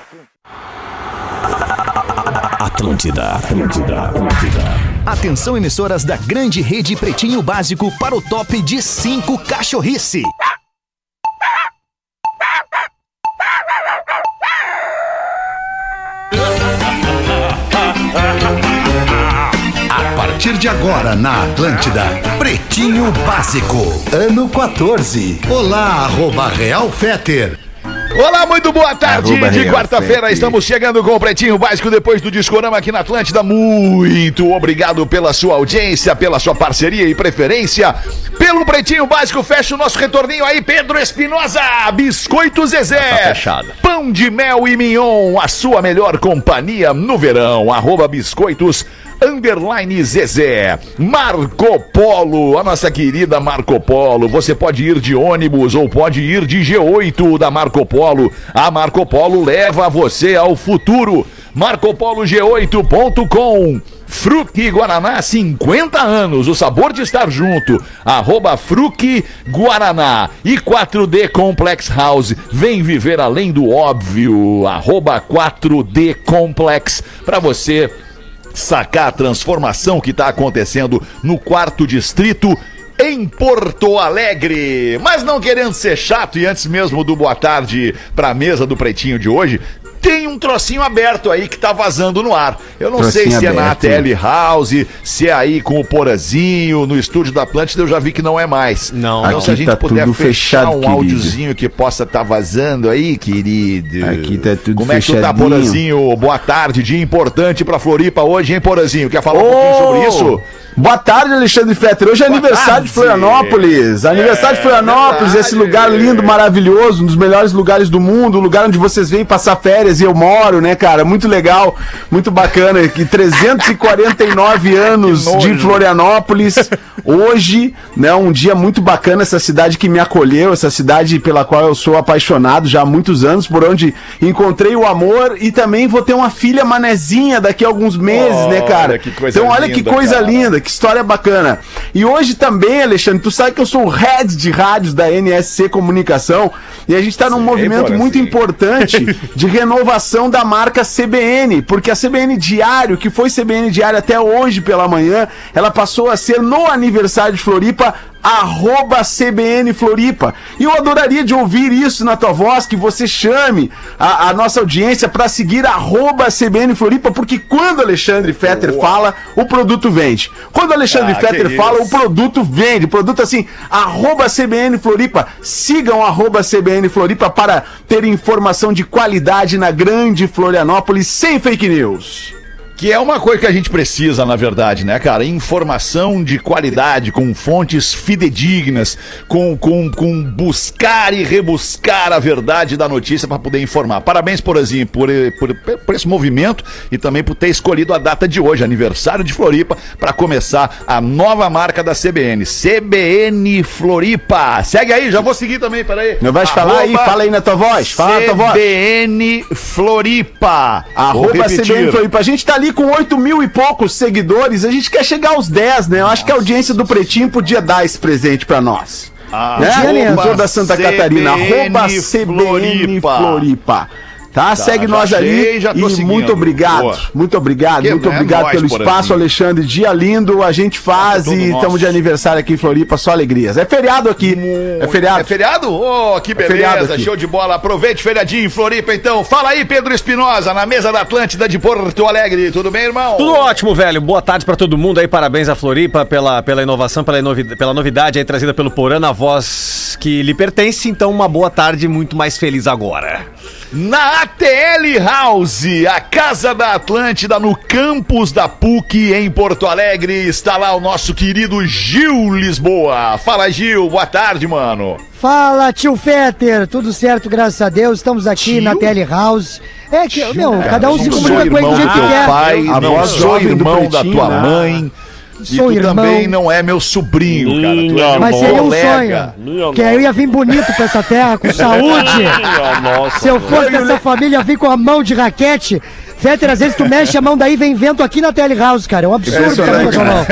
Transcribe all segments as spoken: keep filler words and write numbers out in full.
Atlântida, Atlântida, Atlântida. Atenção, emissoras da grande rede Pretinho Básico para o top de cinco cachorrice. A partir de agora na Atlântida, Pretinho Básico, ano quatorze. Olá, arroba Real Fetter. Olá, muito boa tarde de quarta-feira, estamos chegando com o Pretinho Básico depois do Discorama aqui na Atlântida. Muito obrigado pela sua audiência, pela sua parceria e preferência pelo Pretinho Básico. Fecha o nosso retorninho aí, Pedro Espinosa, Biscoito Zezé, tá fechado. Pão de mel e mignon, a sua melhor companhia no verão, arroba biscoitos underline Zezé. Marco Polo, a nossa querida Marco Polo. Você pode ir de ônibus ou pode ir de G oito da Marco Polo. A Marco Polo leva você ao futuro. marco polo g oito ponto com. Fruque Guaraná, cinquenta anos, o sabor de estar junto. Arroba Fruque Guaraná. E quatro D Complex House, vem viver além do óbvio. Arroba quatro D Complex, pra você sacar a transformação que está acontecendo no quarto distrito em Porto Alegre. Mas não querendo ser chato, e antes mesmo do boa tarde para a mesa do Pretinho de hoje, tem um trocinho aberto aí que tá vazando no ar. Eu não trocinho sei se aberto. É na A T L House, se é aí com o Porazinho, no estúdio da Atlântida, eu já vi que não é mais. Não, então, se a gente tá puder fechar fechado, um querido. áudiozinho que possa estar tá vazando aí, querido. Aqui tá tudo Como é que tu tá, Porazinho? Boa tarde, dia importante pra Floripa hoje, hein, Porazinho? Quer falar oh! um pouquinho sobre isso? Boa tarde, Alexandre Fetter. Hoje é Boa aniversário tarde. de Florianópolis. Aniversário é, de Florianópolis, verdade. Esse lugar lindo, maravilhoso, um dos melhores lugares do mundo, um lugar onde vocês vêm passar férias e eu moro, né, cara? Muito legal, muito bacana. Que trezentos e quarenta e nove anos de Florianópolis. Hoje, né, um dia muito bacana, essa cidade que me acolheu, essa cidade pela qual eu sou apaixonado já há muitos anos, por onde encontrei o amor e também vou ter uma filha manezinha daqui a alguns meses, oh, né, cara? Então olha linda, que coisa cara. linda, que história bacana. E hoje também, Alexandre, tu sabe que eu sou o head de rádios da N S C Comunicação e a gente tá num Sim, movimento muito assim. importante de renovação da marca C B N, porque a C B N Diário, que foi C B N Diário até hoje pela manhã, ela passou a ser no aniversário de Floripa, arroba C B N Floripa. E eu adoraria de ouvir isso na tua voz, que você chame a, a nossa audiência para seguir arroba C B N Floripa, porque quando Alexandre Fetter Boa. fala, o produto vende. Quando Alexandre ah, Fetter fala, isso. o produto vende. O produto assim, arroba C B N Floripa. Sigam arroba C B N Floripa para ter informação de qualidade na grande Florianópolis, sem fake news. Que é uma coisa que a gente precisa, na verdade, né, cara? Informação de qualidade, com fontes fidedignas, com, com, com buscar e rebuscar a verdade da notícia para poder informar. Parabéns, Porazinho, por, por, por esse movimento e também por ter escolhido a data de hoje, aniversário de Floripa, para começar a nova marca da C B N. C B N Floripa. Segue aí, já vou seguir também, peraí. Não vai falar aí, fala aí na tua voz. Fala na tua voz. C B N Floripa. Arroba C B N Floripa. A gente tá ali com oito mil e poucos seguidores, a gente quer chegar aos dez, né? Eu acho que a audiência do Pretinho podia dar esse presente pra nós. Ah, né? Sou da Santa C B N Catarina, arroba C B N Floripa. Tá? Tá, Segue nós ali e seguindo. muito obrigado, Boa. muito obrigado, que muito é obrigado nós, pelo espaço, Alexandre. Dia lindo, a gente faz Nossa, e estamos de aniversário aqui em Floripa, só alegrias. É feriado aqui, muito. é feriado. É feriado? Oh, que beleza, é show de bola. Aproveite feriadinho em Floripa, então. Fala aí, Pedro Espinosa, na mesa da Atlântida de Porto Alegre. Tudo bem, irmão? Tudo ótimo, velho. Boa tarde pra todo mundo aí, parabéns a Floripa pela, pela inovação, pela, inovi- pela novidade aí trazida pelo Porã, a voz que lhe pertence. Então, uma boa tarde muito mais feliz agora. Na A T L House, a casa da Atlântida no campus da P U C em Porto Alegre, está lá o nosso querido Gil Lisboa. Fala, Gil, boa tarde, mano. Fala, tio Fetter, tudo certo, graças a Deus, estamos aqui tio? na A T L House. É que, tio, meu, cara, cada um se comunica com ele do jeito que quer. Pai, a não sou irmão da tua né? mãe. Sou e tu irmão. também não é meu sobrinho, cara. Tu é Mas seria um colega. sonho. Que eu ia vir bonito pra essa terra, com saúde. Se eu fosse dessa família, vir com a mão de raquete, Fetter, às vezes tu mexe a mão daí, vem vento aqui na Telehouse, cara. É um absurdo, cara, com a tua mão.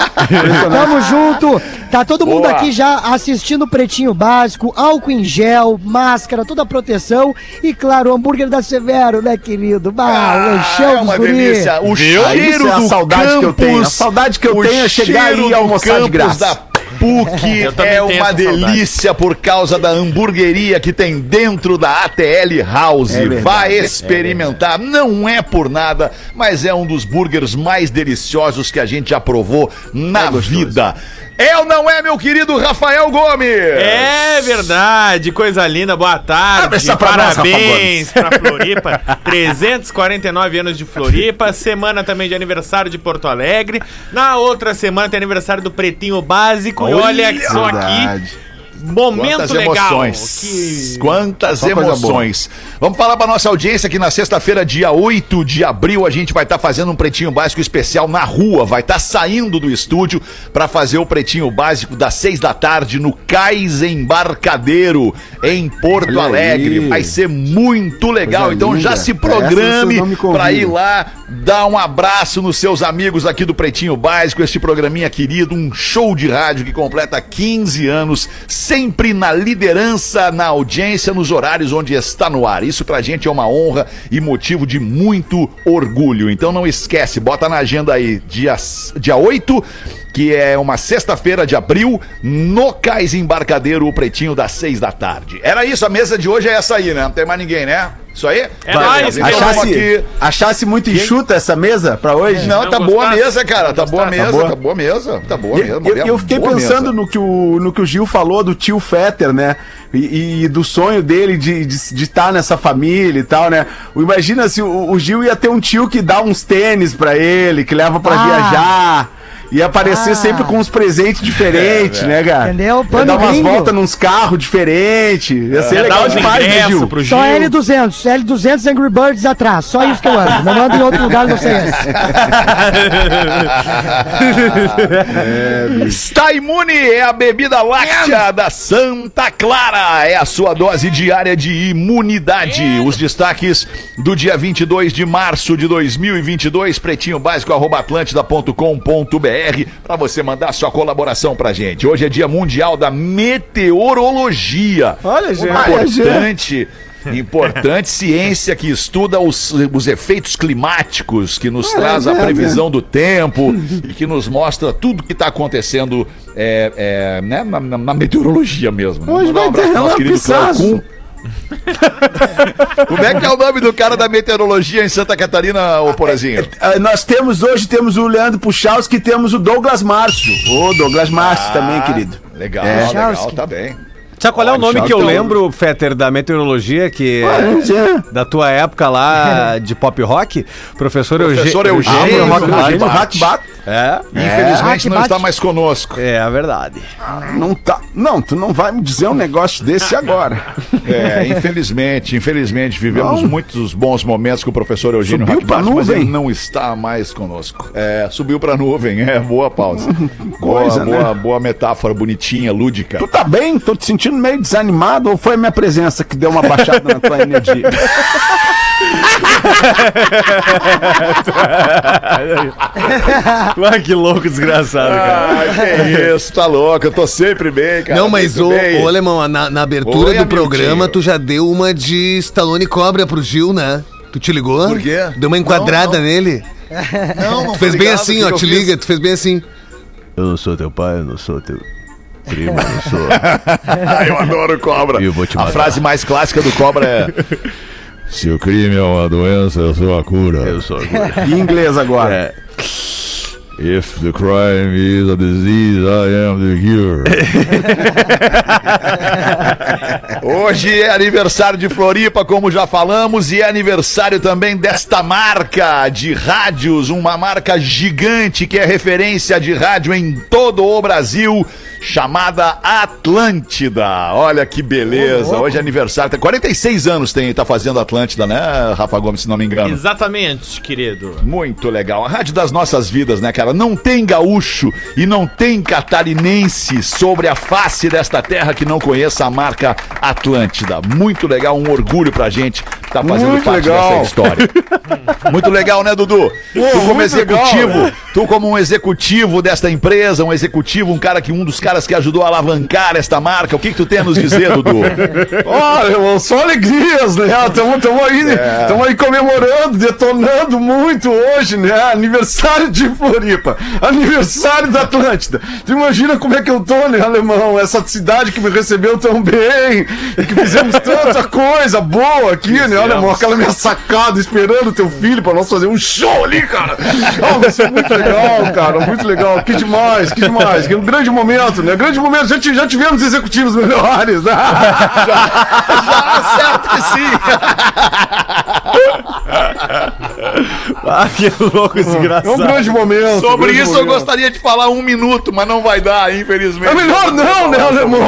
Tamo junto. Tá todo mundo Boa. aqui já assistindo o Pretinho Básico, álcool em gel, máscara, toda a proteção e, claro, o hambúrguer da Severo, né, querido? Bah, o Ah, lanchão é dos uma guri. delícia. O Viu? cheiro Isso é a do saudade que eu campus, tenho. A saudade que eu o tenho é chegar aí cheiro e do almoçar de campus graça. da P U C Eu também é tenho uma essa saudade. delícia por causa da hamburgueria que tem dentro da A T L House. É verdade, Vai é experimentar. Não é por nada, mas é um dos burgers mais deliciosos que a gente já provou na vida. É ou não é, meu querido Rafael Gomes? É verdade, coisa linda, boa tarde, Abre essa pra nós, parabéns pra Floripa, trezentos e quarenta e nove anos de Floripa, semana também de aniversário de Porto Alegre, na outra semana tem aniversário do Pretinho Básico, e olha que só aqui, Verdade. momento Quantas legal. emoções. Que... Quantas Só coisa emoções. Vamos falar pra nossa audiência que na sexta-feira, dia oito de abril, a gente vai estar fazendo um Pretinho Básico especial na rua. Vai estar saindo do estúdio pra fazer o Pretinho Básico das seis da tarde no Cais Embarcadeiro, em Porto Olha Alegre. aí. Vai ser muito legal. Coisa Então já linda. se Essa programe vocês não me convidam. pra ir lá, dar um abraço nos seus amigos aqui do Pretinho Básico, este programinha querido, um show de rádio que completa quinze anos, sempre na liderança, na audiência, nos horários onde está no ar. Isso pra gente é uma honra e motivo de muito orgulho. Então não esquece, bota na agenda aí, dia, dia oito, que é uma sexta-feira de abril, no Cais Embarcadeiro, o Pretinho das seis da tarde. Era isso, a mesa de hoje é essa aí, né? Não tem mais ninguém, né? Isso aí? É nóis, então meu. vamos Achasse, aqui. achasse muito enxuta essa mesa pra hoje? Não, Não tá boa a gostasse? mesa, cara. Tá boa a gostasse? mesa, Tá boa? tá boa a mesa. Tá boa Eu, mesmo. eu- eu fiquei boa pensando mesa. no que, o, no que o Gil falou do tio Fetter, né? E, e do sonho dele de estar de, estar nessa família e tal, né? Imagina se o, o Gil ia ter um tio que dá uns tênis pra ele, que leva pra Ah. viajar. Ia aparecer Ah. sempre com uns presentes diferentes, né, cara? Entendeu? Ia Pano dar umas gringo. voltas nos carros diferentes. Ia ser Dá legal os demais, né, ingressos Gil? pro Gil. Só L duzentos, L duzentos Angry Birds atrás, só isso que eu ando. Não ando em outro lugar, não sei esse. Está Imune é a bebida láctea da Santa Clara. É a sua dose diária de imunidade. Os destaques do dia vinte e dois de março de dois mil e vinte e dois, pretinho básico arroba atlântida ponto com ponto br, para você mandar sua colaboração pra gente. Hoje é Dia Mundial da Meteorologia. Olha, gente. Importante. Importante ciência que estuda os, os efeitos climáticos, que nos traz a é, previsão do tempo e que nos mostra tudo que está acontecendo é, é, né, na, na- na meteorologia mesmo. Hoje Mandar vai ter pro nosso querido Cláudio relâmpago. Kuhn. Como é que é o nome do cara da meteorologia em Santa Catarina, ô Porazinho? Ah, nós temos hoje, temos o Leandro Puchalski, temos o Douglas Márcio. Ô, Douglas Márcio também, querido. Legal, É. legal, Puchalski. tá bem. Sabe qual é o Olha, nome que eu então- lembro, Fetter, da meteorologia, que Olha, já. da tua época lá de pop rock? Professor, Professor Euge- Eugênio. Ah, Eugênio o Rock- Rock o Bart. Rock Bart. É, Infelizmente Ah, não que está bate. mais conosco. é a verdade. Não tá. Não, tu não vai me dizer um negócio desse agora. É, infelizmente, infelizmente, vivemos Não. muitos bons momentos com o professor Eugênio Subiu Hackbart, pra mas nuvem. ele não está mais conosco. É, subiu pra nuvem, é, boa pausa. boa, coisa, boa, né? boa metáfora, bonitinha, lúdica. Tu tá bem? Tô te sentindo meio desanimado ou foi a minha presença que deu uma baixada na tua energia? Ah, que louco, desgraçado, cara. Ah, que isso, tá louco, eu tô sempre bem, cara. Não, mas muito ô, bem. ô Alemão, na, na abertura Oi, do programa Hamilton. tu já deu uma de Stallone Cobra pro Gil, né? Tu te ligou? Por quê? Deu uma enquadrada Não, não. nele. Não, não Tu fez tô bem ligado, assim, o que ó, que eu te fiz? liga, tu fez bem assim. Eu não sou teu pai, eu não sou teu primo, eu não sou. Ah, eu adoro cobra. Eu vou te A matar. frase mais clássica do cobra é: se o crime é uma doença, eu sou a cura. Eu sou agora. Em inglês agora. If the crime is a disease, I am the cure. Hoje é aniversário de Floripa, como já falamos, e é aniversário também desta marca de rádios, uma marca gigante que é referência de rádio em todo o Brasil, chamada Atlântida. Olha que beleza, hoje é aniversário, tem quarenta e seis anos tem, tá fazendo Atlântida, né, Rafa Gomes, se não me engano. Exatamente, querido. Muito legal. A rádio das nossas vidas, né, cara? Não tem gaúcho e não tem catarinense sobre a face desta terra que não conheça a marca Atlântida. Atlântida. Muito legal, um orgulho pra gente tá fazendo Muito parte legal. dessa história. Muito legal, né, Dudu? Pô, tu como muito executivo, legal, tu como um executivo desta empresa, um executivo, um cara que um dos caras que ajudou a alavancar esta marca, o que que tu tem a nos dizer, Dudu? Olha, irmão, só alegrias, né? Estamos aí, É. tamo aí comemorando, detonando muito hoje, né? Aniversário de Floripa, aniversário da Atlântida. Tu imagina como é que eu tô, né, alemão? Essa cidade que me recebeu tão bem e que fizemos tanta coisa boa aqui, né, alemão? Aquela minha sacada esperando teu filho pra nós fazer um show ali, cara. Ah, vai ser muito legal, cara, muito legal. Que demais, que demais. Que um grande momento, né? Grande momento. Já, já tivemos executivos melhores, né? Já, certo que sim. Ah, que louco esse É um engraçado. grande momento. Sobre grande isso eu momento. gostaria de falar um minuto, mas não vai dar, infelizmente. É melhor não, né, alemão?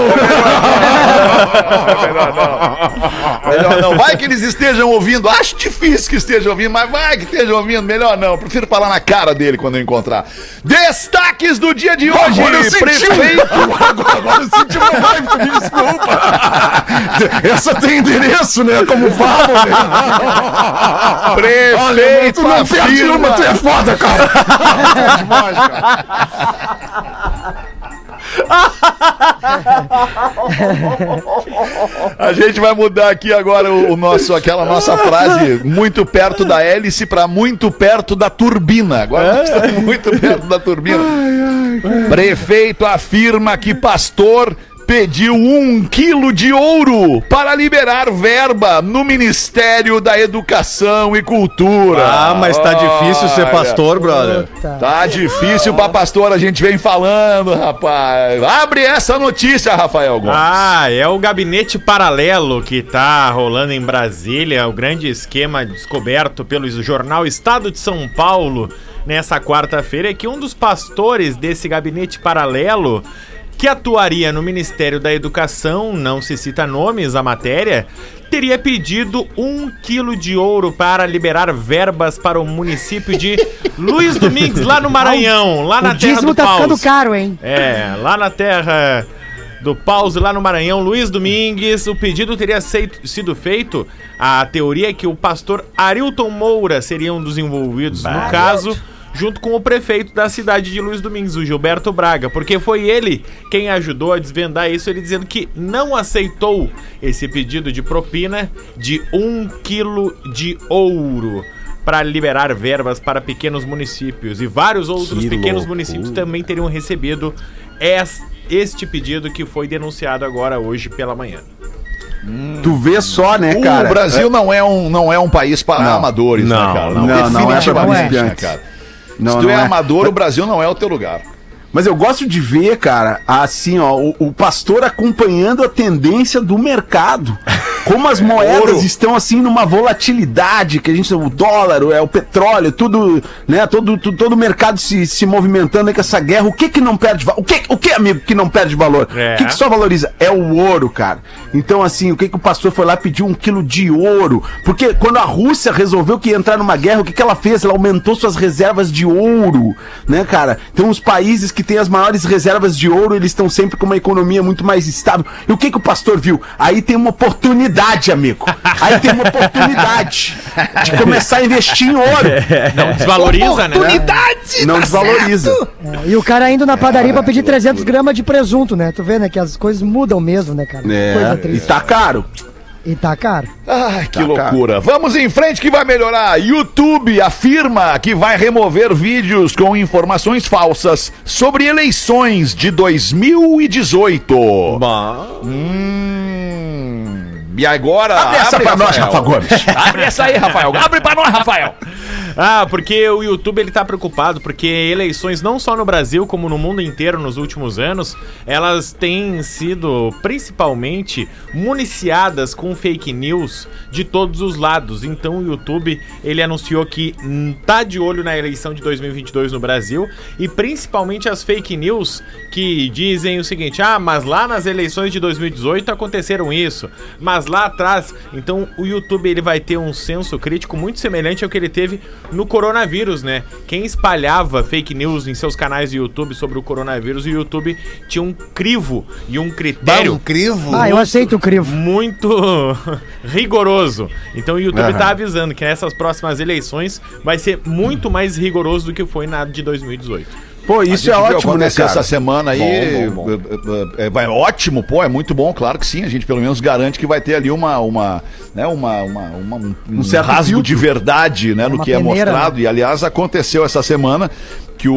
É melhor não. Melhor não. Vai que eles estejam ouvindo. Acho difícil que estejam ouvindo, mas vai que estejam ouvindo. Melhor não. Prefiro falar na cara dele quando eu encontrar. Destaques do dia de hoje. Agora eu senti, Prefeito. agora, agora eu senti uma vibe, tu me desculpa. Essa tem endereço, né? Como falam, né? Olha, Prefeito tu não perde uma, tu é afirma. foda, cara. É demais, cara. A gente vai mudar aqui agora o, o nosso, aquela nossa frase muito perto da hélice para muito perto da turbina. Agora nós estamos muito perto da turbina. Prefeito afirma que pastor pediu um quilo de ouro para liberar verba no Ministério da Educação e Cultura. Ah, mas tá difícil ser Olha. pastor, brother. Tá. Tá difícil pra pastor, a gente vem falando, rapaz. Abre essa notícia, Rafael Gomes. Ah, é o gabinete paralelo que tá rolando em Brasília, o grande esquema descoberto pelo jornal Estado de São Paulo nessa quarta-feira é que um dos pastores desse gabinete paralelo que atuaria no Ministério da Educação, não se cita nomes a matéria, teria pedido um quilo de ouro para liberar verbas para o município de Luiz Domingues, lá no Maranhão, lá na O terra dízimo do tá ficando Paus. caro, hein? É, lá na terra do Pause, lá no Maranhão, Luiz Domingues, o pedido teria seito- sido feito. A teoria é que o pastor Arilton Moura seria um dos envolvidos no caso, junto com o prefeito da cidade de Luiz Domingues, o Gilberto Braga, porque foi ele quem ajudou a desvendar isso, ele dizendo que não aceitou esse pedido de propina de um quilo de ouro para liberar verbas para pequenos municípios. E vários outros Que pequenos loucura. municípios também teriam recebido es- este pedido que foi denunciado agora hoje pela manhã. Tu vê só, né, O cara? Brasil não é um, não é um país para Não. amadores, né, Não, cara? não, não é pra Definitivamente, né, principiantes. cara? Não, Se tu não é, é. amador, o Brasil não é o teu lugar. Mas eu gosto de ver, cara, assim, ó, o, o pastor acompanhando a tendência do mercado. Como as moedas Ouro. estão assim numa volatilidade, que a gente, o dólar, é o petróleo, tudo, né, todo, todo, todo o mercado se, se movimentando aí com essa guerra. O que que não perde valor? O que, o que, amigo, que não perde valor? É. O que que só valoriza? É o ouro, cara. Então, assim, o que que o pastor foi lá pedir um quilo de ouro? Porque quando a Rússia resolveu que ia entrar numa guerra, o que que ela fez? Ela aumentou suas reservas de ouro, né, cara? Então, os países que têm as maiores reservas de ouro, eles estão sempre com uma economia muito mais estável. E o que que o pastor viu? Aí tem uma oportunidade, amigo. Aí tem uma oportunidade de começar a investir em ouro. Não desvaloriza, né? Não desvaloriza. É, e o cara indo na padaria pra pedir trezentos gramas de presunto, né? Tu vê, né? Que as coisas mudam mesmo, né, cara? Coisa É, e triste. tá caro. E tá caro. Ai, que Tá, loucura. Vamos em frente que vai melhorar. YouTube afirma que vai remover vídeos com informações falsas sobre eleições de dois mil e dezoito. Bah. Hum. E agora... Abre essa pra nós, Rafa Gomes. Abre essa aí, Rafael. Abre pra nós, Rafael. Ah, porque o YouTube ele tá preocupado, porque eleições não só no Brasil, como no mundo inteiro nos últimos anos, elas têm sido principalmente municiadas com fake news de todos os lados. Então o YouTube, ele anunciou que hum, tá de olho na eleição de dois mil e vinte e dois no Brasil, e principalmente as fake news que dizem o seguinte: ah, mas lá nas eleições de dois mil e dezoito aconteceram isso, mas lá atrás. Então o YouTube ele vai ter um senso crítico muito semelhante ao que ele teve no coronavírus, né? Quem espalhava fake news em seus canais de YouTube sobre o coronavírus, o YouTube tinha um crivo e um critério. Bah, um crivo? Ah, eu aceito o crivo. Muito rigoroso. Então o YouTube uhum. tá avisando que nessas próximas eleições vai ser muito mais rigoroso do que foi na de dois mil e dezoito. Pô, isso é ótimo, né, cara? Essa semana aí, bom, bom, bom. É, vai ótimo, pô, é muito bom, claro que sim. A gente pelo menos garante que vai ter ali uma, uma, né, uma, uma, uma um, um rasgo filtro. de verdade, né, é no que peneira, é mostrado. Né? E aliás aconteceu essa semana que o,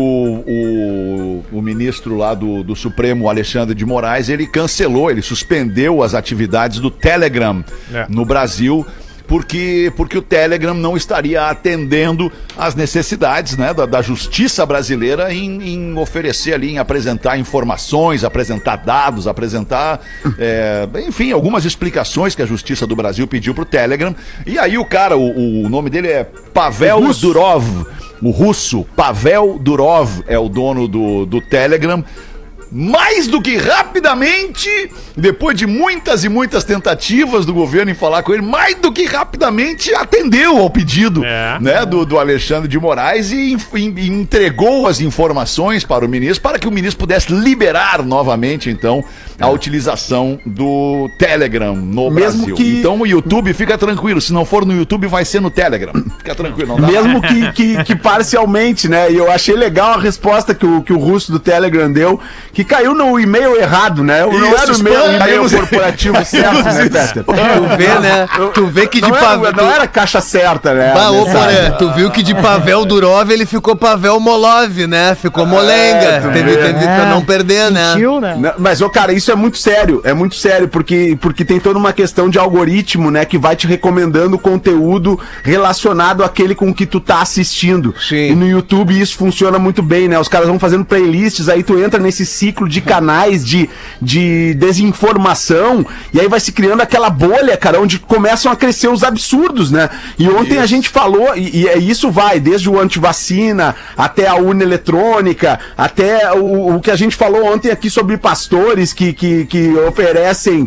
o, o ministro lá do, do Supremo, Alexandre de Moraes, ele cancelou, ele suspendeu as atividades do Telegram é. no Brasil. Porque, porque o Telegram não estaria atendendo às necessidades, né, da, da justiça brasileira em, em oferecer ali, em apresentar informações, apresentar dados, apresentar, é, enfim, algumas explicações que a justiça do Brasil pediu pro Telegram. E aí o cara, o, o nome dele é Pavel Durov, o russo, Pavel Durov é o dono do, do Telegram. Mais do que rapidamente, depois de muitas e muitas tentativas do governo em falar com ele, mais do que rapidamente atendeu ao pedido é. né, do, do Alexandre de Moraes e, e entregou as informações para o ministro, para que o ministro pudesse liberar novamente, então, a é. utilização do Telegram no Mesmo Brasil. Que... Então o YouTube, fica tranquilo, se não for no YouTube, vai ser no Telegram. Fica tranquilo. Não dá Mesmo que, que, que parcialmente, né? E eu achei legal a resposta que o, que o russo do Telegram deu, que caiu no e-mail errado, né? Não Isso, era o e-mail, e-mail corporativo certo, né, Peter? Tu vê, né? Tu vê que de não Pavel... Era, não era caixa certa, né? Bah, ô, Poré, tu viu que de Pavel Durov ele ficou Pavel Molov, né? Ficou molenga. É, teve, teve é, pra não perder, sentiu, né? né? Mas, ô, cara, isso é muito sério. É muito sério, porque, porque tem toda uma questão de algoritmo, né? Que vai te recomendando conteúdo relacionado àquele com que tu tá assistindo. Sim. E no YouTube isso funciona muito bem, né? Os caras vão fazendo playlists, aí tu entra nesse ciclo de canais de, de desinformação, e aí vai se criando aquela bolha, cara, onde começam a crescer os absurdos, né? E ontem isso. a gente falou, e, e isso vai, desde o antivacina, até a urna eletrônica, até o, o que a gente falou ontem aqui sobre pastores que, que, que oferecem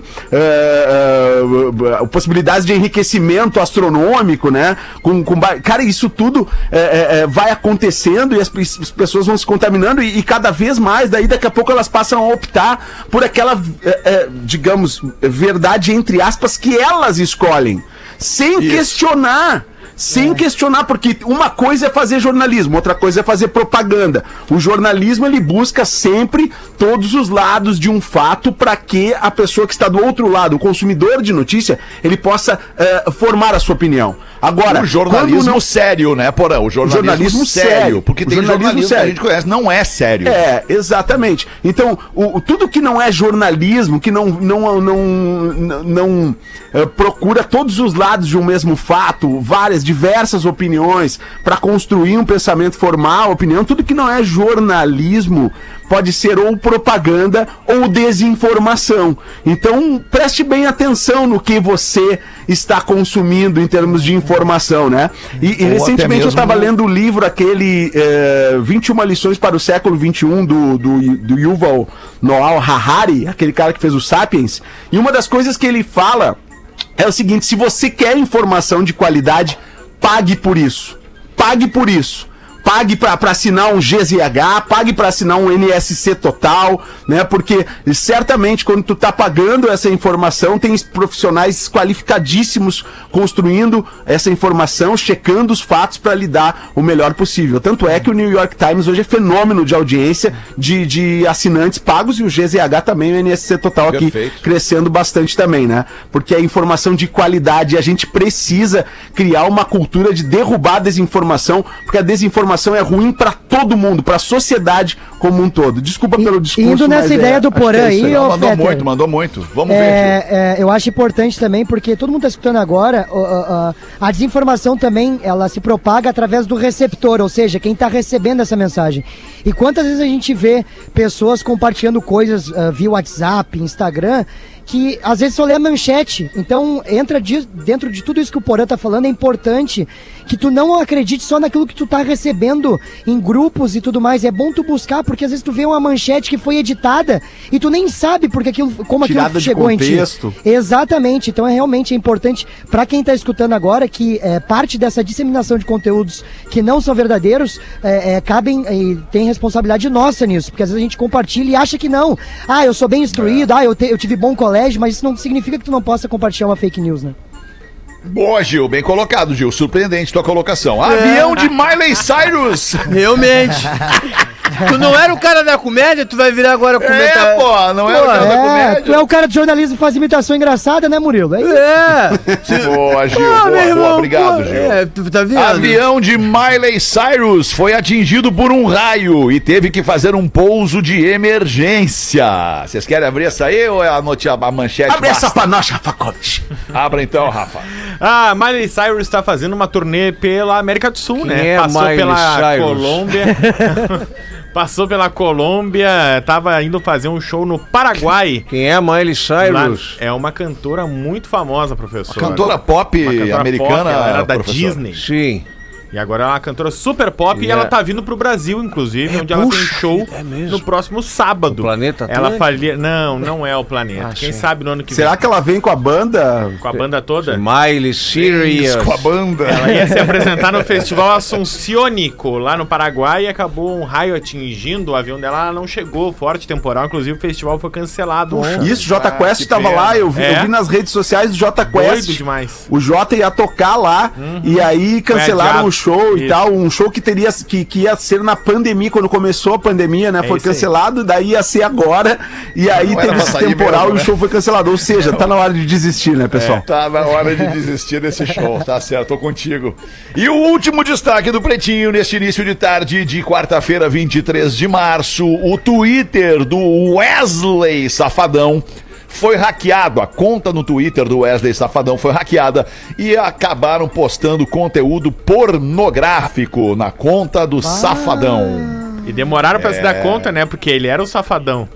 uh, uh, uh, possibilidades de enriquecimento astronômico, né? Com, com, cara, isso tudo uh, uh, vai acontecendo e as, as pessoas vão se contaminando e, e cada vez mais, daí daqui a pouco elas passam a optar por aquela, é, é, digamos, verdade entre aspas que elas escolhem, sem Isso. questionar. Sem é. questionar, porque uma coisa é fazer jornalismo, outra coisa é fazer propaganda. O jornalismo, ele busca sempre todos os lados de um fato para que a pessoa que está do outro lado, o consumidor de notícia, ele possa uh, formar a sua opinião. Agora, o jornalismo não... sério, né, Porã? O jornalismo, jornalismo sério, sério. Porque tem jornalismo, jornalismo sério. que a gente conhece, não é sério. É, exatamente. Então, o, o, tudo que não é jornalismo, que não, não, não, não, não uh, procura todos os lados de um mesmo fato, várias, diversas opiniões, para construir um pensamento formal, opinião, tudo que não é jornalismo pode ser ou propaganda ou desinformação. Então, preste bem atenção no que você está consumindo em termos de informação, né? E, e recentemente mesmo... eu estava lendo o livro aquele é, vinte e uma lições para o século vinte e um do, do, do Yuval Noah Harari, aquele cara que fez o Sapiens, e uma das coisas que ele fala é o seguinte: se você quer informação de qualidade, pague por isso. Pague por isso. Pague para assinar um G Z H, pague para assinar um N S C total, né? Porque certamente quando tu tá pagando essa informação, tem profissionais qualificadíssimos construindo essa informação, checando os fatos para lhe dar o melhor possível. Tanto é que o New York Times hoje é fenômeno de audiência de, de assinantes pagos, e o G Z H também, o N S C total aqui Perfeito. crescendo bastante também, né? Porque é informação de qualidade, e a gente precisa criar uma cultura de derrubar a desinformação, porque a desinformação é ruim para todo mundo, para a sociedade como um todo. Desculpa pelo discurso. Indo nessa ideia é, do Porã é aí, ó, mandou Fetter, muito, mandou muito. Vamos é, ver. É, eu acho importante também, porque todo mundo está escutando agora, uh, uh, uh, a desinformação também, ela se propaga através do receptor, ou seja, quem está recebendo essa mensagem. E quantas vezes a gente vê pessoas compartilhando coisas uh, via WhatsApp, Instagram, que às vezes só lê a manchete. Então entra de, dentro de tudo isso que o Porã tá falando, é importante que tu não acredite só naquilo que tu tá recebendo em grupos e tudo mais. É bom tu buscar, porque às vezes tu vê uma manchete que foi editada e tu nem sabe porque aquilo, como Tirada aquilo de chegou em ti. contexto. Exatamente. Então é realmente importante para quem tá escutando agora que é, parte dessa disseminação de conteúdos que não são verdadeiros é, é, cabem e tem responsabilidade nossa nisso, porque às vezes a gente compartilha e acha que não. Ah, eu sou bem instruído, ah, eu, te, eu tive bom colégio, mas isso não significa que tu não possa compartilhar uma fake news, né? Boa, Gil, bem colocado, Gil. Surpreendente tua colocação. Avião de Miley Cyrus. Realmente. Tu não era o cara da comédia, tu vai virar agora comentar. É, pô, não é o cara da É, comédia. tu é o cara de jornalismo que faz imitação engraçada, né, Murilo? É isso. É. Boa, Gil, Pô, boa, meu irmão, boa, obrigado, pô, Gil. É, tu tá vendo? Avião de Miley Cyrus foi atingido por um raio e teve que fazer um pouso de emergência. Vocês querem abrir essa aí ou é a, notícia, a manchete? Abre basta? essa pra nós, Rafa Gomes. Abra então, Rafa. Ah, Miley Cyrus tá fazendo uma turnê pela América do Sul, Quem né? é Passou Miley pela Cyrus? Colômbia. Passou pela Colômbia, tava indo fazer um show no Paraguai. Quem é a Miley Lá- Cyrus? é uma cantora muito famosa, professor. Cantora pop Uma cantora americana, pop, ela era da professor. Disney. Sim. E agora é uma cantora super pop e É. ela tá vindo pro Brasil, inclusive, onde ela tem show é mesmo? no próximo sábado. O Planeta Ela Atlântico? faria. Não, não é o planeta. Ah, Quem sim. sabe no ano que Será vem. que ela vem com a banda? Com a banda toda? Miley Cyrus. Com a banda. Ela ia se apresentar no Festival Assunciónico, lá no Paraguai, e acabou um raio atingindo o avião dela. Ela não chegou, forte temporal. Inclusive, o festival foi cancelado ontem. Isso, Jota Ah, Quest que tava pena. lá, eu vi, É. eu vi nas redes sociais do Jota Doido Quest. demais. O Jota ia tocar lá e aí cancelaram adiado. o show e Isso. tal. Um show que teria que, que ia ser na pandemia, quando começou a pandemia, né? É foi isso aí. cancelado, daí ia ser agora. E aí Não era teve pra esse sair temporal mesmo, e o né? show foi cancelado. Ou seja, tá na hora de desistir, né, pessoal? Tá na hora de desistir desse show, tá certo, tô contigo. E o último destaque do Pretinho neste início de tarde de quarta-feira, vinte e três de março, o Twitter do Wesley Safadão foi hackeado. A conta no Twitter do Wesley Safadão foi hackeada e acabaram postando conteúdo pornográfico na conta do Safadão. E demoraram pra se É. dar conta, né? Porque ele era o safadão.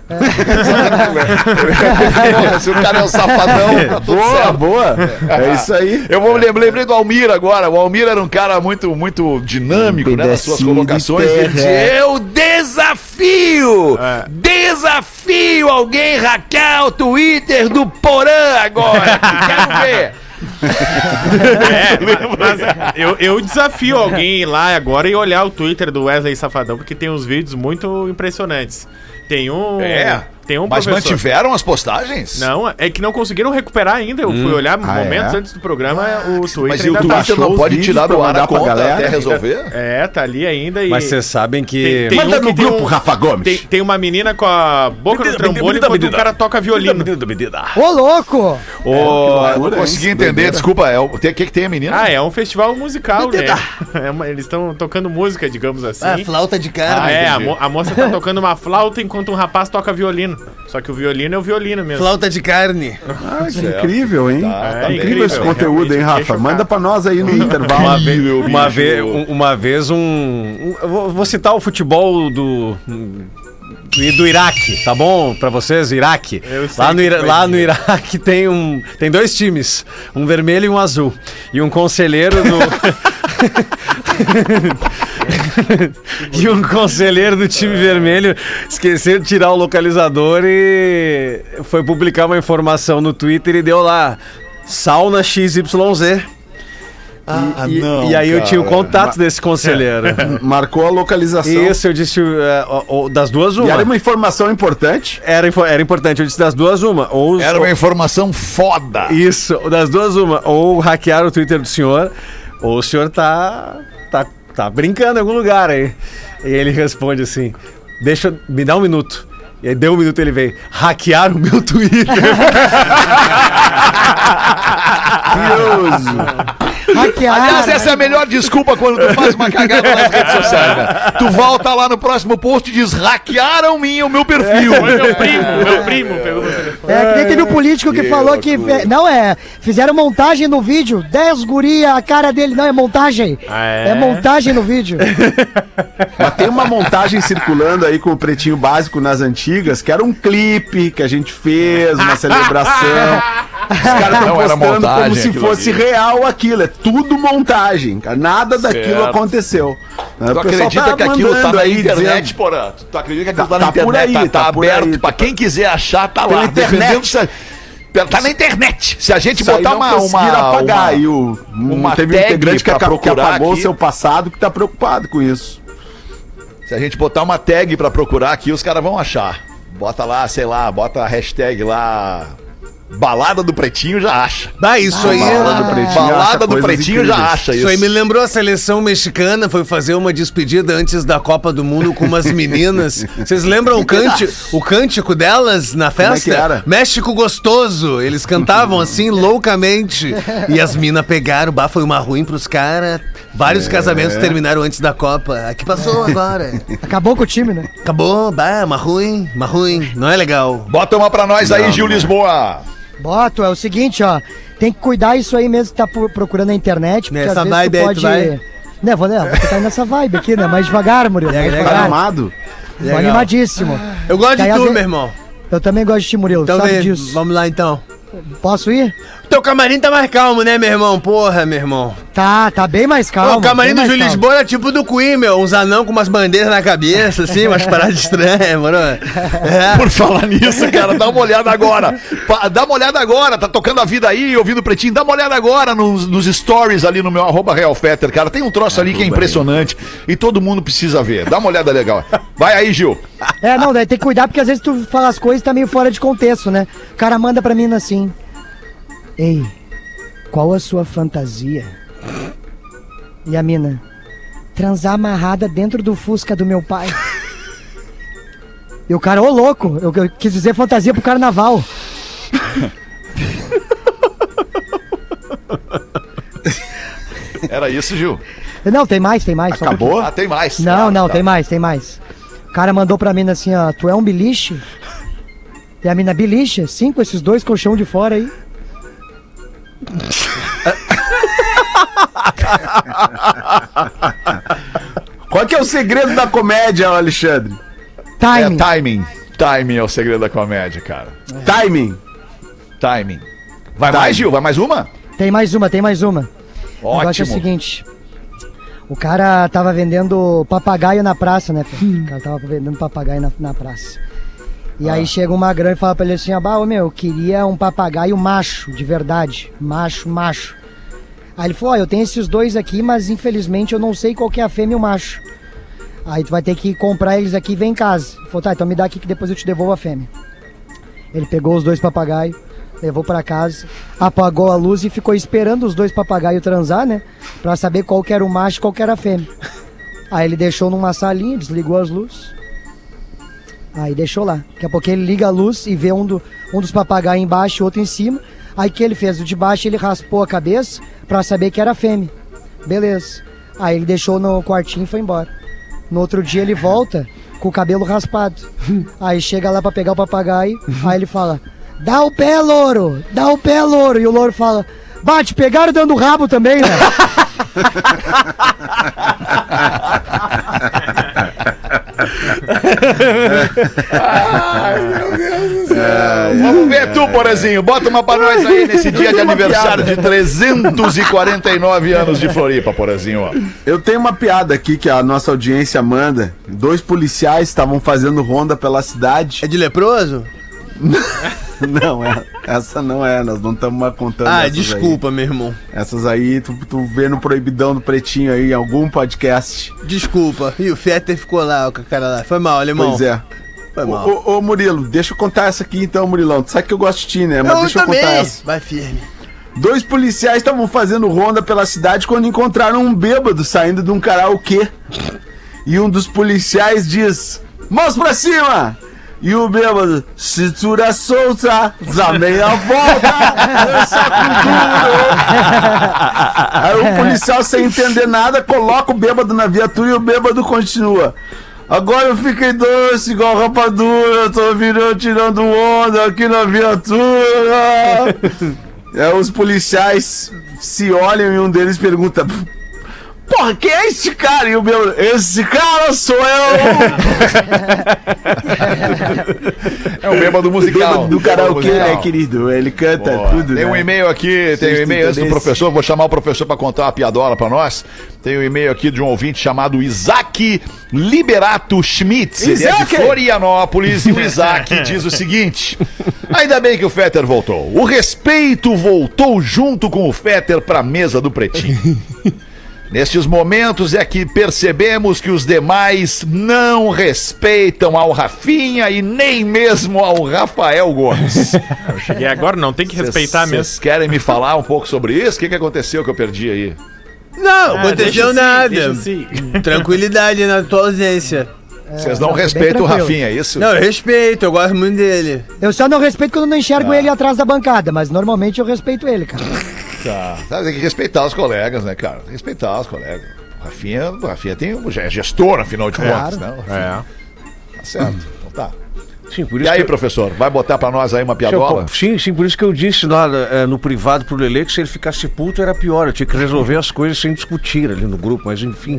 Se o cara é um safadão, tá tudo Boa, certo. boa. É isso aí. Eu vou lembrar, lembrei do Almir agora. O Almir era um cara muito, muito dinâmico, Um né, nas suas pedacinho de colocações. Ele terra. dizia, eu desafio! É. Desafio alguém hackear o Twitter do Porã agora! Quero ver! É, mas, mas eu, eu desafio alguém ir lá agora e olhar o Twitter do Wesley Safadão, porque tem uns vídeos muito impressionantes. Tem um. É, Tem um mas professor. mantiveram as postagens? Não, é que não conseguiram recuperar ainda. Eu fui olhar Ah, momentos é? antes do programa, o Twitter Mas e o ainda tá. Twitter não Baixou pode os tirar vídeos do pra ar a mandar pra conta galera? até resolver? É, tá ali ainda e. Mas vocês sabem que... Tem- tem- Manda um no que tem grupo, um- Rafa Gomes. Tem, tem uma menina com a boca no trambolho enquanto o cara toca violino. Ô, louco! Ô, loucura, não consegui hein? entender, Doideira. desculpa. É o que, que que tem a menina? Ah, é um festival musical, né? É uma- eles estão tocando música, digamos assim. Ah, flauta de Ah, carne. é, a, entendi. mo- a moça tá tocando uma flauta enquanto um rapaz toca violino. Só que o violino é o violino mesmo. Flauta de carne. Ah, que incrível, hein? Tá, tá incrível, incrível, esse conteúdo, hein, realmente, Rafa? fiquei Manda chocado. pra nós aí no intervalo. Uma, ve Horrível, uma, bicho. ve um- uma vez um, um- eu vou, vou citar o futebol do do, do Iraque, tá bom pra vocês, Iraque? Eu sei Lá no, que Ira vai lá no dizer. Iraque tem um tem dois times, um vermelho e um azul, e um conselheiro do e um conselheiro do time vermelho esqueceu de tirar o localizador e foi publicar uma informação no Twitter e deu lá sauna X Y Z. Ah, E, não, e aí eu cara. tinha o contato desse conselheiro. Marcou a localização. Isso, eu disse é, o- o- das duas E era uma. uma informação importante. Era, info- era importante, eu disse das duas uma. Ou os- Era uma informação foda. Isso, das duas uma. Ou hackear o Twitter do senhor, ou o senhor tá, tá, tá brincando em algum lugar aí. E ele responde assim, deixa, eu- me dá um minuto. E aí deu um minuto e ele veio, hackear o meu Twitter. Hackear. Aliás, essa é a melhor desculpa quando tu faz uma cagada nas redes sociais, né? Tu volta lá no próximo post e diz, hackearam mim o meu perfil. Foi meu primo, meu primo pegou no telefone. É que nem teve um político que, Que falou que. loucura. fe- Não, é. Fizeram montagem no vídeo. dez guria, a cara dele. Não, é montagem. Ah, é? É montagem no vídeo. Mas tem uma montagem circulando aí com o Pretinho Básico nas antigas, que era um clipe que a gente fez, uma celebração. Os caras estão Não era postando montagem como se aquilo fosse ali. real aquilo. É tudo montagem, cara. Nada daquilo Certo. aconteceu. Tu acredita que aquilo tá na internet, porra? Tu acredita que aquilo tá, Tá- na tá por internet? aí, tá, tá tá por aberto aí, pra tá- quem quiser achar, tá Pela lá. internet. Dependendo se... Tá na internet. Se a gente Isso aí botar não uma... conseguiram uma, apagar. uma- E o, uma teve um tag integrante que, pra aca- que procurar apagou o aqui. seu passado que tá preocupado com isso. Se a gente botar uma tag pra procurar aqui, os caras vão achar. Bota lá, sei lá, bota a hashtag lá... Balada do Pretinho já acha. Ah, isso aí. Balada do Pretinho Balada acha do coisas Pretinho já incríveis. acha isso. Isso aí me lembrou a seleção mexicana, foi fazer uma despedida antes da Copa do Mundo com umas meninas. Vocês lembram o, cânti o cântico delas na Como é festa? que era? México Gostoso. Eles cantavam assim, loucamente. E as minas pegaram, bah, foi uma ruim pros caras. Vários casamentos terminaram antes da Copa. Aqui passou agora. Acabou com o time, né? Acabou, bah, uma ruim, uma ruim. Não é legal. Bota uma pra nós aí, Não, Gil não é. Lisboa. Boto, é o seguinte, ó. Tem que cuidar isso aí mesmo que tá pro- procurando na internet. Porque Nessa às vezes vibe tu aí, tu pode. vai? Né, vou, né, vou tentar ir nessa vibe aqui, né? Mais devagar, Murilo. Mais Legal. Tá devagar. animado? Tô Legal. animadíssimo. Eu gosto Que aí, de às tu, vezes- meu irmão. Eu também gosto de ti, Murilo. Então sabe vem, disso. vamos lá então. Posso ir? Teu camarim tá mais calmo, né, meu irmão? Porra, meu irmão. Tá, tá bem mais Ô, calmo. o camarim bem do mais Júlio calmo. Lisboa era tipo do Queen, meu. Uns anão com umas bandeiras na cabeça, assim, umas paradas estranhas, mano. É. Por falar nisso, cara, dá uma olhada agora. Pa- Dá uma olhada agora, tá tocando a vida aí, ouvindo o Pretinho. Dá uma olhada agora nos, nos stories ali no meu arroba Realfetter, cara. Tem um troço ali que é impressionante e todo mundo precisa ver. Dá uma olhada legal. Vai aí, Gil. É, não, daí tem que cuidar porque às vezes tu fala as coisas e tá meio fora de contexto, né? O cara manda pra mim assim. Ei, qual a sua fantasia? E a mina? Transar amarrada dentro do Fusca do meu pai. E o cara, ô louco, eu, eu quis dizer fantasia pro carnaval. Era isso, Gil. Não, tem mais, tem mais. só um Acabou? Ah, tem mais. Não, Ah, não, tá. tem mais, tem mais. O cara mandou pra mina assim, ó, tu é um beliche? E a mina, beliche? Sim, com esses dois colchão de fora aí. Qual que é o segredo da comédia, Alexandre? Timing. É timing. Timing é o segredo da comédia, cara. Timing. Timing. Vai mais, Gil? Vai mais uma? Tem mais uma, tem mais uma. O negócio é o Ótimo. seguinte. O cara tava vendendo papagaio na praça, né, Fê? O cara tava vendendo papagaio na, na praça. E aí chega um magrão e fala pra ele assim, ah, bah, ô, meu, eu queria um papagaio macho, de verdade. Macho, macho. Aí ele falou, ó, eu tenho esses dois aqui, mas infelizmente eu não sei qual que é a fêmea e o macho. Aí tu vai ter que comprar eles aqui e vem em casa. Ele falou, tá, então me dá aqui que depois eu te devolvo a fêmea. Ele pegou os dois papagaios, levou pra casa, apagou a luz e ficou esperando os dois papagaios transar, né? Pra saber qual que era o macho e qual que era a fêmea. Aí ele deixou numa salinha, desligou as luzes. Aí deixou lá. Daqui a pouco ele liga a luz e vê um, do, um dos papagaios embaixo e outro em cima. Aí o que ele fez? O de baixo ele raspou a cabeça pra saber que era fêmea. Beleza. Aí ele deixou no quartinho e foi embora. No outro dia ele volta com o cabelo raspado. Aí chega lá pra pegar o papagaio. Aí ele fala, dá o pé, louro! Dá o pé, louro! E o louro fala, bate, pegaram dando rabo também, né? Vamos ver tu, Porazinho. Bota uma pra nós aí nesse dia de tenho uma aniversário piada. de trezentos e quarenta e nove anos de Floripa, Porazinho. Ó. Eu tenho uma piada aqui que a nossa audiência manda. Dois policiais estavam fazendo ronda pela cidade. É de leproso? Não, é, essa não é, nós não estamos contando Ah, essas desculpa, meu irmão. aí. Essas aí, tu, tu vê no Proibidão do Pretinho aí, em algum podcast. Desculpa. E o Fetter ficou lá, com a cara lá. Foi mal, alemão. Pois é. Foi Ô, mal. ô, ô, Murilo, deixa eu contar essa aqui então, Murilão. Tu sabe que eu gosto de ti, né? Mas eu deixa também. eu contar essa. Vai firme. Dois policiais estavam fazendo ronda pela cidade quando encontraram um bêbado saindo de um karaokê. E um dos policiais diz: mãos pra cima! E o bêbado, cintura solta, dá meia volta, dança com tudo. Aí o policial, sem entender nada, coloca o bêbado na viatura e o bêbado continua. Agora eu fiquei doce igual rapadura, tô virando, tirando onda aqui na viatura. É, os policiais se olham e um deles pergunta: porra, quem é esse cara? E o meu, esse cara sou eu! É o bêbado musical. Do, do karaokê, né, querido? Ele canta Boa. tudo, Tem né? um e-mail aqui, tem um e-mail antes do professor, vou chamar o professor para contar uma piadola para nós. Tem um e-mail aqui de um ouvinte chamado Isaac Liberato Schmitz. Ele é de Florianópolis e o Isaac diz o seguinte: ainda bem que o Fetter voltou. O respeito voltou junto com o Fetter pra mesa do Pretinho. Nestes momentos é que percebemos que os demais não respeitam ao Rafinha e nem mesmo ao Rafael Gomes. Eu cheguei agora, não tem que respeitar Cês, mesmo. Vocês querem me falar um pouco sobre isso? O que, que aconteceu que eu perdi aí? Não, Ah, aconteceu deixa nada. assim, deixa assim. Tranquilidade na tua ausência. Vocês não não, foi bem respeitam o tranquilo. Rafinha, é isso? Não, eu respeito, eu gosto muito dele. Eu só não respeito quando não enxergo ele atrás da bancada, mas normalmente eu respeito ele, cara. Tá. Sabe, tem que respeitar os colegas, né, cara? Respeitar os colegas. O Rafinha, o Rafinha tem, já é gestor, afinal de contas, né? É. Tá certo. Então tá. Sim, por E isso aí, que... professor, vai botar pra nós aí uma piadola? Sim, sim, por isso que eu disse lá é, no privado pro Lelê que se ele ficasse puto era pior. Eu tinha que resolver as coisas sem discutir ali no grupo, mas enfim.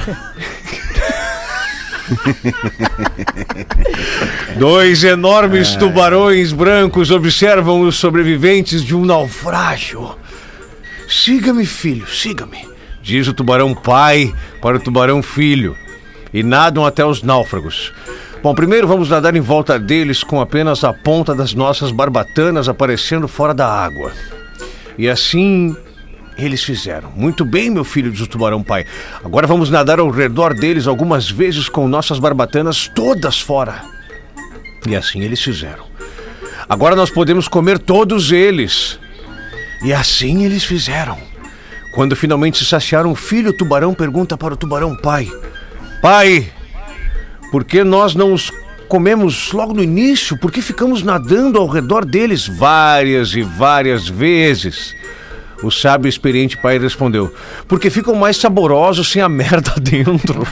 Dois enormes tubarões brancos observam os sobreviventes de um naufrágio. Siga-me, filho, siga-me, diz o tubarão pai para o tubarão filho, e nadam até os náufragos. Bom, primeiro vamos nadar em volta deles com apenas a ponta das nossas barbatanas aparecendo fora da água. E assim eles fizeram. Muito bem, meu filho, diz o tubarão pai. Agora vamos nadar ao redor deles algumas vezes com nossas barbatanas todas fora. E assim eles fizeram. Agora nós podemos comer todos eles. E assim eles fizeram. Quando finalmente se saciaram, o filho tubarão pergunta para o tubarão pai: pai, por que nós não os comemos logo no início? Por que ficamos nadando ao redor deles várias e várias vezes? O sábio e experiente pai respondeu: porque ficam mais saborosos sem a merda dentro.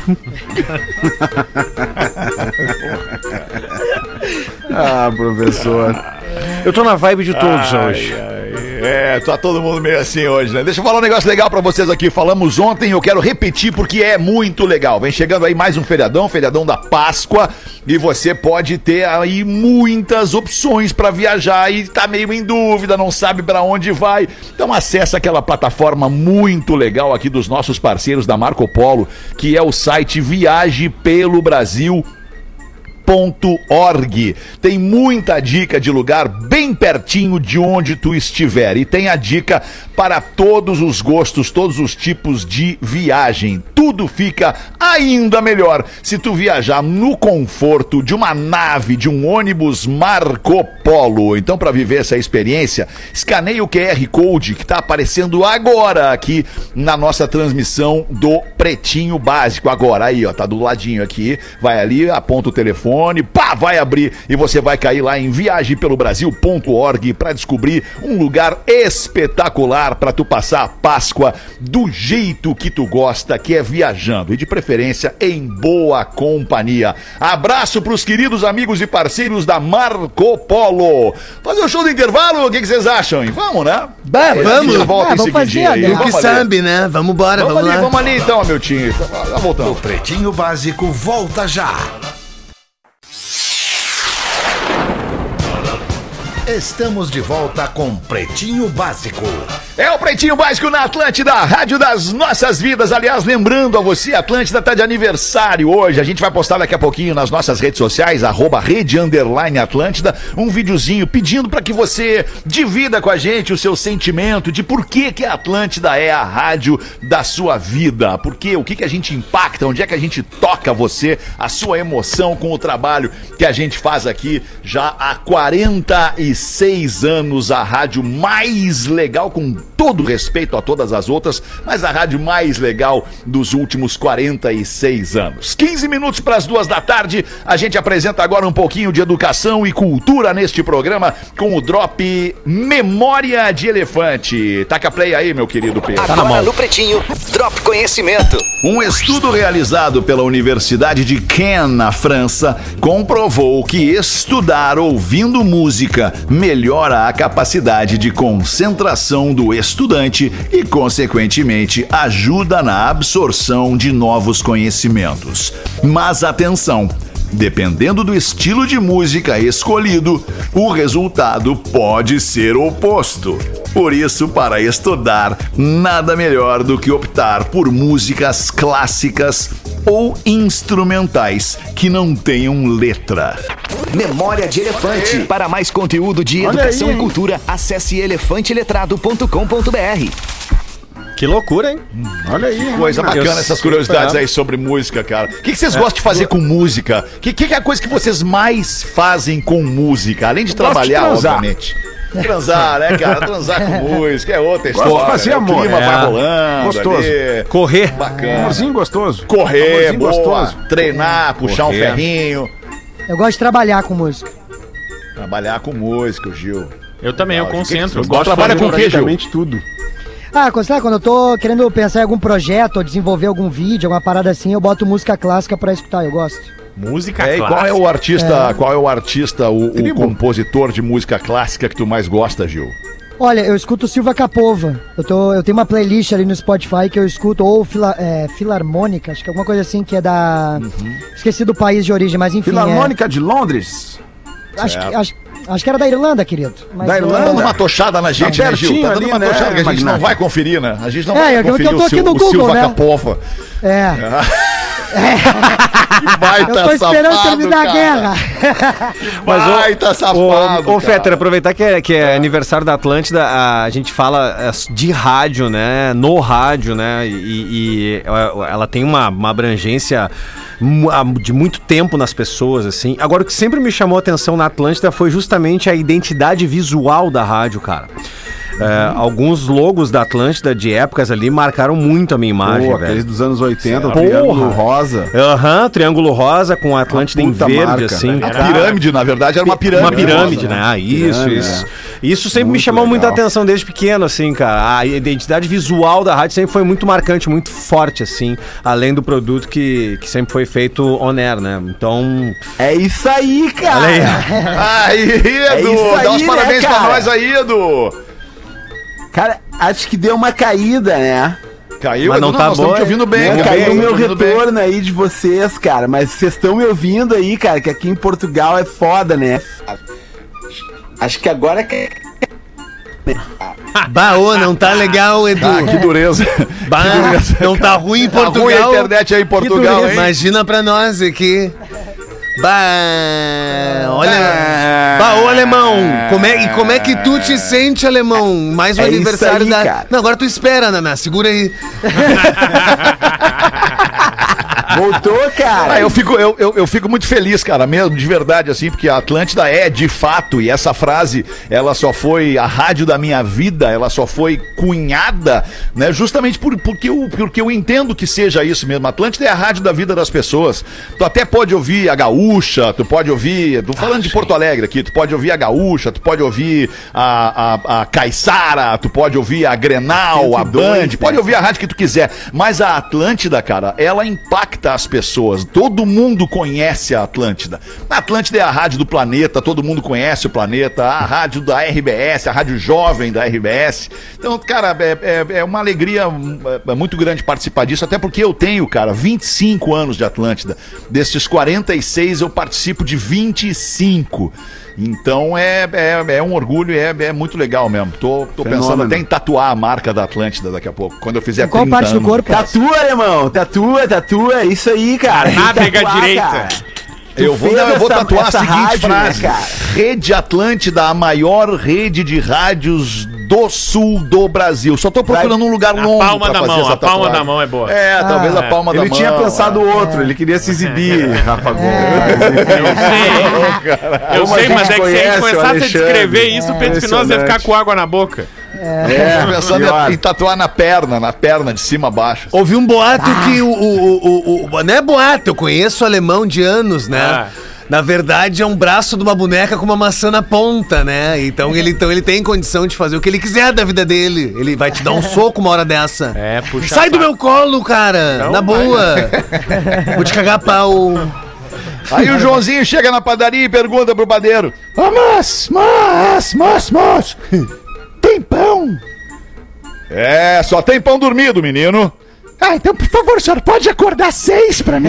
Ah, professor. Eu tô na vibe de todos Ai, hoje. ai, é, tá todo mundo meio assim hoje, né? Deixa eu falar um negócio legal pra vocês aqui. Falamos ontem, eu quero repetir porque é muito legal. Vem chegando aí mais um feriadão, feriadão da Páscoa, e você pode ter aí muitas opções pra viajar e tá meio em dúvida, não sabe pra onde vai. Então acessa aquela plataforma muito legal aqui dos nossos parceiros da Marco Polo, que é o site Viaje pelo Brasil ponto org. Tem muita dica de lugar bem pertinho de onde tu estiver, e tem a dica para todos os gostos, todos os tipos de viagem. Tudo fica ainda melhor se tu viajar no conforto de uma nave, de um ônibus Marco Polo. Então, para viver essa experiência, escaneie o Q R Code que está aparecendo agora aqui na nossa transmissão do Pretinho Básico. Agora, aí, ó, tá do ladinho aqui, vai ali, aponta o telefone, pá, vai abrir e você vai cair lá em viaje pelo brasil ponto org para descobrir um lugar espetacular para tu passar a Páscoa do jeito que tu gosta, que é viajando, e de preferência em boa companhia. Abraço pros queridos amigos e parceiros da Marco Polo. Fazer o show do intervalo, o que, que vocês acham, hein? Vamos, né? Bah, vamos. Volta Ah, em vamos seguidinho fazer, aí. né? Tu que Vamos ali. sabe, né? Vamos embora, Vamos, vamos, ali, lá. vamos ali então, meu time. Tá, tá voltando. O Pretinho Básico volta já. Estamos de volta com Pretinho Básico. É o Pretinho Básico na Atlântida, a rádio das nossas vidas. Aliás, lembrando a você, a Atlântida tá de aniversário hoje. A gente vai postar daqui a pouquinho nas nossas redes sociais, arroba rede underline Atlântida, um videozinho pedindo para que você divida com a gente o seu sentimento de por que que a Atlântida é a rádio da sua vida. Por quê? O que que a gente impacta, onde é que a gente toca você, a sua emoção com o trabalho que a gente faz aqui já há quarenta e seis anos, a rádio mais legal, com todo respeito a todas as outras, mas a rádio mais legal dos últimos quarenta e seis anos. quinze minutos para as duas da tarde, a gente apresenta agora um pouquinho de educação e cultura neste programa com o Drop Memória de Elefante. Taca play aí, meu querido Pedro. Agora no Pretinho, Drop Conhecimento. Um estudo realizado pela Universidade de Caen, na França, comprovou que estudar ouvindo música melhora a capacidade de concentração do do estudante e, consequentemente, ajuda na absorção de novos conhecimentos. Mas atenção! Dependendo do estilo de música escolhido, o resultado pode ser oposto. Por isso, para estudar, nada melhor do que optar por músicas clássicas ou instrumentais que não tenham letra. Memória de Elefante. Para mais conteúdo de Olha educação aí, e cultura, acesse elefante letrado ponto com ponto b r. Que loucura, hein? Olha aí. Coisa mano. bacana Eu essas sei, curiosidades é. aí sobre música, cara. O que, que vocês gostam de fazer com música? O que, que é a coisa que vocês mais fazem com música? Além de gosto de trabalhar, transar. obviamente. Transar, né, cara? Transar com música é outra Gosto história. de fazer né? amor. O clima É. vai rolando. Gostoso. ali. Correr. Bacana. Amorzinho gostoso. Correr, Amorzinho boa. gostoso. Treinar, puxar um Correr. ferrinho. Eu gosto de trabalhar com música. Trabalhar com música, o Gil. Eu também, eu Legal, concentro. Gil. Eu gosto de Trabalha fazer com o quê, Gil? praticamente tudo. Ah, quando, sabe, quando eu tô querendo pensar em algum projeto ou desenvolver algum vídeo, alguma parada assim, eu boto música clássica pra escutar, eu gosto. música É, e clássica. qual é o artista, qual é o artista, o, o Tribo. compositor de música clássica que tu mais gosta, Gil? Olha, eu escuto Silva Capova. Eu, tô, eu tenho uma playlist ali no Spotify que eu escuto, ou fila, é, Filarmônica, acho que é alguma coisa assim que é da... Esqueci do país de origem, mas enfim. Filarmônica de Londres. É, acho, que, acho, acho que era da Irlanda, querido. Mas, Da é, Irlanda? Tá dando uma tochada na gente, Tá né, Gil? Tá pertinho dando ali, uma né, tochada que a gente não Magnata? vai conferir, né? A gente não É, vai eu- eu conferir tô o, aqui Sil, no o Google, Silva né? Capova. É. Baita Eu tô esperando safado, terminar a cara. guerra. Mas, ô, Baita safado, Ô, ô cara. Fetter, aproveitar que é, que é aniversário da Atlântida, a, a gente fala é, de rádio, né? No rádio, né? E, e ela tem uma, uma abrangência mu- a- de muito tempo nas pessoas, assim. Agora, o que sempre me chamou a atenção na Atlântida foi justamente a identidade visual da rádio, cara. É, alguns logos da Atlântida de épocas ali marcaram muito a minha imagem, Pô, aqueles velho. dos anos oitenta, o Porra. triângulo rosa. Aham, triângulo rosa com a Atlântida em puta verde, marca. assim. A pirâmide, na verdade, era uma pirâmide. Uma pirâmide, rosa, né? Ah, isso, Pirâmide, isso. é. Isso sempre me Muito chamou muita legal. atenção desde pequeno, assim, cara. A identidade visual da rádio sempre foi muito marcante, muito forte, assim. Além do produto que, que sempre foi feito on air, né? Então. É isso aí, cara. Olha aí. Aí, Edu, É isso aí, dá uns né, parabéns pra cara? nós aí, Edu. Cara, acho que deu uma caída, né? Caiu, Mas não Edu, tá nós estamos boa, te ouvindo bem. Né? cara. Caiu o Estamos meu te ouvindo bem. retorno aí de vocês, cara. Mas vocês estão me ouvindo aí, cara, que aqui em Portugal é foda, né? Acho que agora que. Baô, não tá legal, Edu. Ah, que dureza. Bah, que dureza. não tá ruim em Tá ruim a Portugal. internet aí em Portugal, hein? Imagina pra nós aqui. Bah, olha. Ah. Bah, ô alemão, como é, e como é que tu te sente, alemão? Mais um É aniversário isso aí, da. cara. Não, agora tu espera, Naná, segura aí. Voltou, cara. Ah, eu, fico, eu, eu, eu fico muito feliz, cara, mesmo, de verdade, assim, porque a Atlântida é, de fato, e essa frase, ela só foi a rádio da minha vida, ela só foi cunhada, né, justamente por, porque, eu, porque eu entendo que seja isso mesmo. A Atlântida é a rádio da vida das pessoas. Tu até pode ouvir a Gaúcha, tu pode ouvir, tô falando de Porto Alegre aqui, tu pode ouvir a Gaúcha, tu pode ouvir a, a, a Caiçara, tu pode ouvir a Grenal, a Band, pode ouvir a rádio que tu quiser, mas a Atlântida, cara, ela impacta as pessoas. Todo mundo conhece a Atlântida. A Atlântida é a rádio do planeta, todo mundo conhece o planeta, a rádio da R B S, a rádio jovem da R B S. Então, cara, é, é, é uma alegria é, muito grande participar disso, até porque eu tenho, cara, vinte e cinco anos de Atlântida. Destes quarenta e seis, eu participo de vinte e cinco. Então é, é, é um orgulho e é, é muito legal mesmo. Tô, tô pensando até em tatuar a marca da Atlântida daqui a pouco, quando eu fizer Qual trinta parte do anos. corpo? Tatua, irmão. Tatua, tatua. Isso aí, cara. Tem que Nádega tatuar, direita. cara. Tu Eu vou, fez não, eu vou essa- tatuar a essa seguinte rádio, frase. né, cara? Rede Atlântida, a maior rede de rádios do sul do Brasil. Só tô procurando um lugar A longo palma pra da fazer mão, essa a palma tatuagem. da mão é boa. É, talvez a palma da mão. Ele tinha pensado outro, ele queria se exibir, Rafa Gomes. Eu sei, eu Como a sei, gente mas é que se a conhece gente o começasse a Alexandre. descrever isso, o Pedro Espinosa ia ficar com água na boca. É, tô pensando pior. em tatuar na perna, na perna, de cima a baixo. Ouvi um boato que o, o, o, o, o- Não é boato, eu conheço o alemão de anos, né? Ah. Na verdade, é um braço de uma boneca com uma maçã na ponta, né? Então ele, então ele tem condição de fazer o que ele quiser da vida dele. Ele vai te dar um soco uma hora dessa. É, puxa. Sai do meu colo, cara! Não na vai. boa! Vou te cagar a pau. Aí o Joãozinho chega na padaria e pergunta pro padeiro: Ô, moço, moço, moço, moço, tem pão? É, só tem pão dormido, menino. Ah, então, por favor, o senhor pode acordar seis pra mim?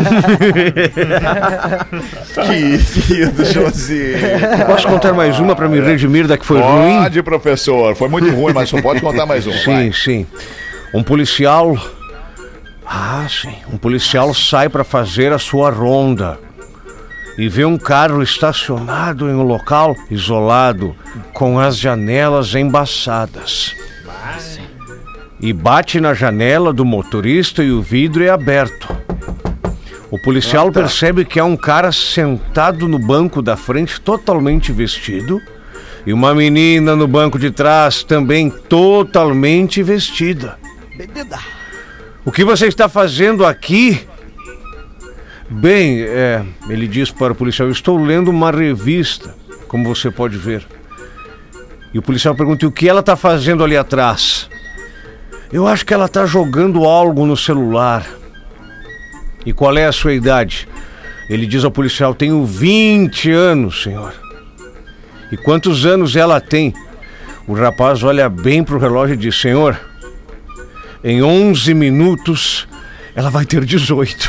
Querido Josinho. Posso contar mais uma pra me redimir da que foi ruim? Pode, professor. Foi muito ruim, mas só pode contar mais um. Sim, vai. sim. Um policial... Ah, sim. Um policial sai pra fazer a sua ronda e vê um carro estacionado em um local isolado, com as janelas embaçadas. E bate na janela do motorista e o vidro é aberto. O policial ah, tá. percebe que há um cara sentado no banco da frente, totalmente vestido, e uma menina no banco de trás, também totalmente vestida. Bebida. O que você está fazendo aqui? Bem, é, ele diz para o policial, eu estou lendo uma revista, como você pode ver. E o policial pergunta, e o que ela está fazendo ali atrás? Eu acho que ela está jogando algo no celular. E qual é a sua idade? Ele diz ao policial, tenho vinte anos, senhor. E quantos anos ela tem? O rapaz olha bem pro relógio e diz, senhor, em onze minutos ela vai ter dezoito.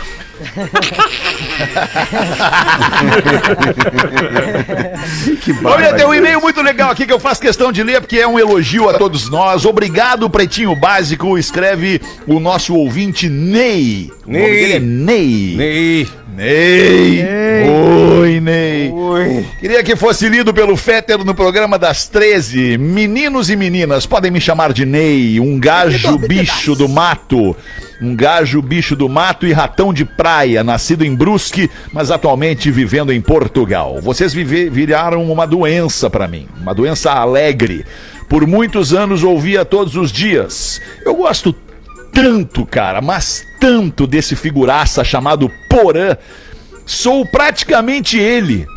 Que Olha, tem um e-mail muito legal aqui que eu faço questão de ler porque é um elogio a todos nós. Obrigado, Pretinho Básico. Escreve o nosso ouvinte Ney. O nome dele é Ney. Ney. Ney. Ney. Oi, Ney. Oi. Queria que fosse lido pelo Fetter no programa das treze. Meninos e meninas, podem me chamar de Ney, um gajo bicho do mato. Um gajo bicho do mato e ratão de praia, nascido em Brusque, mas atualmente vivendo em Portugal. Vocês vive, viraram uma doença pra mim, uma doença alegre. Por muitos anos ouvia todos os dias. Eu gosto tanto, cara, mas tanto desse figuraça chamado Porã. Sou praticamente ele.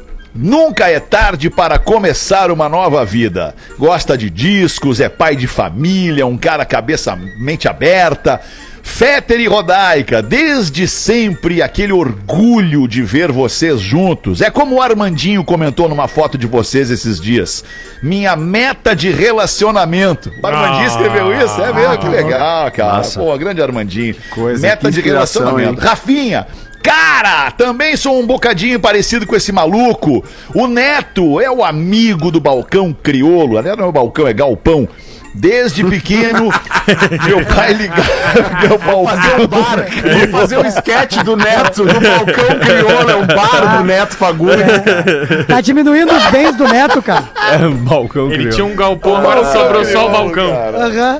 Nunca é tarde para começar uma nova vida. Gosta de discos, é pai de família, um cara cabeça, mente aberta. Fetter e Rodaica, desde sempre aquele orgulho de ver vocês juntos. É como o Armandinho comentou numa foto de vocês esses dias. Minha meta de relacionamento. O Armandinho escreveu isso? É mesmo? Que legal, cara. Nossa. Pô, grande Armandinho. Coisa, meta de relacionamento. Hein? Rafinha. Cara, também sou um bocadinho parecido com esse maluco. O Neto é o amigo do balcão crioulo. Aliás, não é o balcão, é galpão. Desde pequeno, meu pai ligava meu balcão. Fazer um bar, vou fazer um esquete do Neto no balcão crioulo, é um bar do Neto Fagulho. É. Tá diminuindo os bens do Neto, cara. É um balcão Ele crioulo. Tinha um galpão, agora ah, sobrou só o balcão. Aham. Uhum.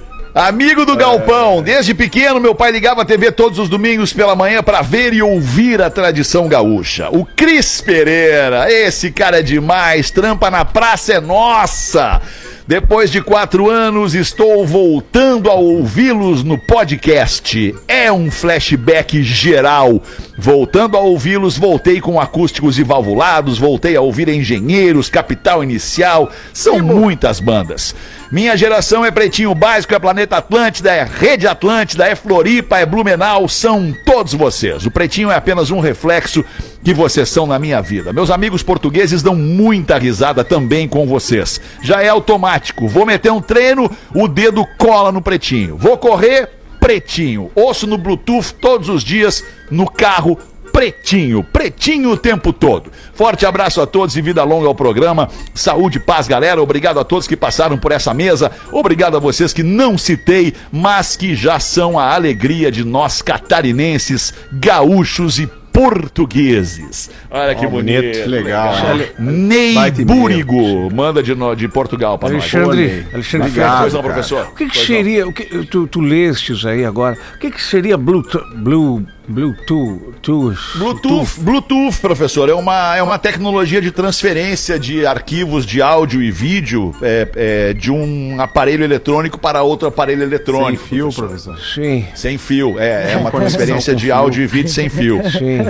Amigo do Galpão, desde pequeno meu pai ligava a T V todos os domingos pela manhã para ver e ouvir a tradição gaúcha. O Cris Pereira, esse cara é demais, trampa na Praça é Nossa. Depois de quatro anos, estou voltando a ouvi-los no podcast. É um flashback geral. Voltando a ouvi-los, voltei com acústicos e valvulados, voltei a ouvir Engenheiros, Capital Inicial. São muitas bandas. Minha geração é Pretinho Básico, é Planeta Atlântida, é Rede Atlântida, é Floripa, é Blumenau, são todos vocês. O Pretinho é apenas um reflexo que vocês são na minha vida. Meus amigos portugueses dão muita risada também com vocês. Já é automático. Vou meter um treino, o dedo cola no Pretinho. Vou correr, Pretinho. Ouço no Bluetooth todos os dias, no carro, Pretinho, Pretinho o tempo todo. Forte abraço a todos e vida longa ao programa. Saúde e paz, galera. Obrigado a todos que passaram por essa mesa. Obrigado a vocês que não citei, mas que já são a alegria de nós catarinenses, gaúchos e portugueses. Olha que oh, bonito. bonito. Legal. Ney Búrigo manda de, de Portugal para nós. Alexandre, Alexandre, obrigado, coisa, professor. O que, que seria, o que, tu, tu lestes aí agora, o que, que seria Bluetooth, Blue, Bluetooth, tu, Bluetooth, tu... Bluetooth, professor, é uma, é uma tecnologia de transferência de arquivos de áudio e vídeo é, é, de um aparelho eletrônico para outro aparelho eletrônico. Sem fio, professor. professor. Sim. Sem fio, é, é uma transferência de áudio e vídeo sem fio. Sim.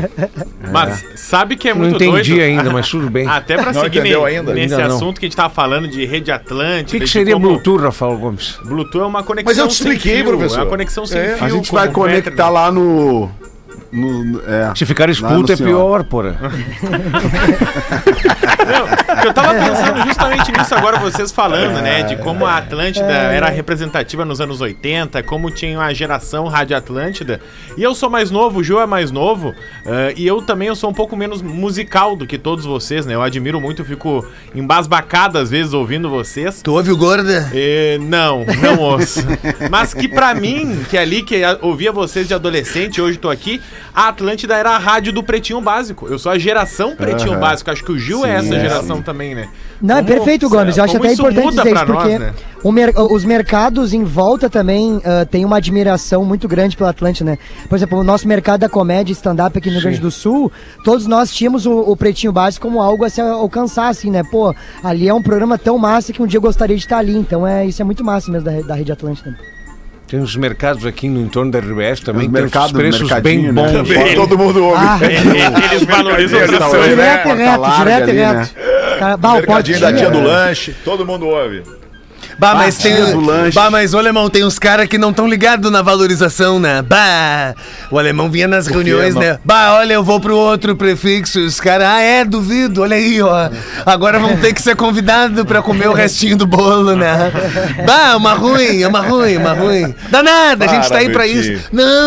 Mas sabe que é muito doido? Não entendi doido? ainda, mas tudo bem. Até pra não seguir ne, ainda? nesse ainda assunto que a gente tava falando de rede Atlântica. O que, que seria como... Bluetooth, Rafael Gomes? Bluetooth é uma conexão Mas eu te expliquei, sem fio, professor. É uma conexão sem é. fio. A gente vai conectar Peter, lá no... no é, Se ficar expulso é pior, porra. Eu tava pensando justamente nisso agora, vocês falando, né? De como a Atlântida era representativa nos anos oitenta, como tinha a geração Rádio Atlântida. E eu sou mais novo, o Gil é mais novo, uh, e eu também eu sou um pouco menos musical do que todos vocês, né? Eu admiro muito, eu fico embasbacado às vezes ouvindo vocês. Tu ouve o Gorda? E, não, não ouço. Mas que pra mim, que ali que ouvia vocês de adolescente, hoje tô aqui, a Atlântida era a rádio do Pretinho Básico. Eu sou a geração Pretinho uhum. Básico. Acho que o Gil sim, é essa é, geração sim. também, né? Não, como, é perfeito, Gomes. Eu acho até importante dizer isso, porque nós, né? o mer- os mercados em volta também uh, tem uma admiração muito grande pela Atlântida, né? Por exemplo, o nosso mercado da comédia stand-up aqui no Rio Grande do Sul, todos nós tínhamos o, o Pretinho Básico como algo a se alcançar, assim, né? Pô, ali é um programa tão massa que um dia eu gostaria de estar ali. Então, é, isso é muito massa mesmo da, da Rede Atlântida. Tem uns mercados aqui no entorno da R B S também, tem mercado, preços bem bons. Né? Também, todo mundo ouve. Ah, eles valorizam direto e reto, direto e reto. Mercadinho da tia do lanche, todo mundo ouve. Bah, mas tem. Bah, mas o alemão tem uns caras que não estão ligados na valorização, né? Bah! O alemão vinha nas reuniões, né? Bah, olha, eu vou pro outro prefixo. Os caras, ah, é, duvido, olha aí, ó. Agora vão ter que ser convidados pra comer o restinho do bolo, né? Bah, uma ruim, uma ruim, uma ruim. Danada, a gente tá aí pra isso.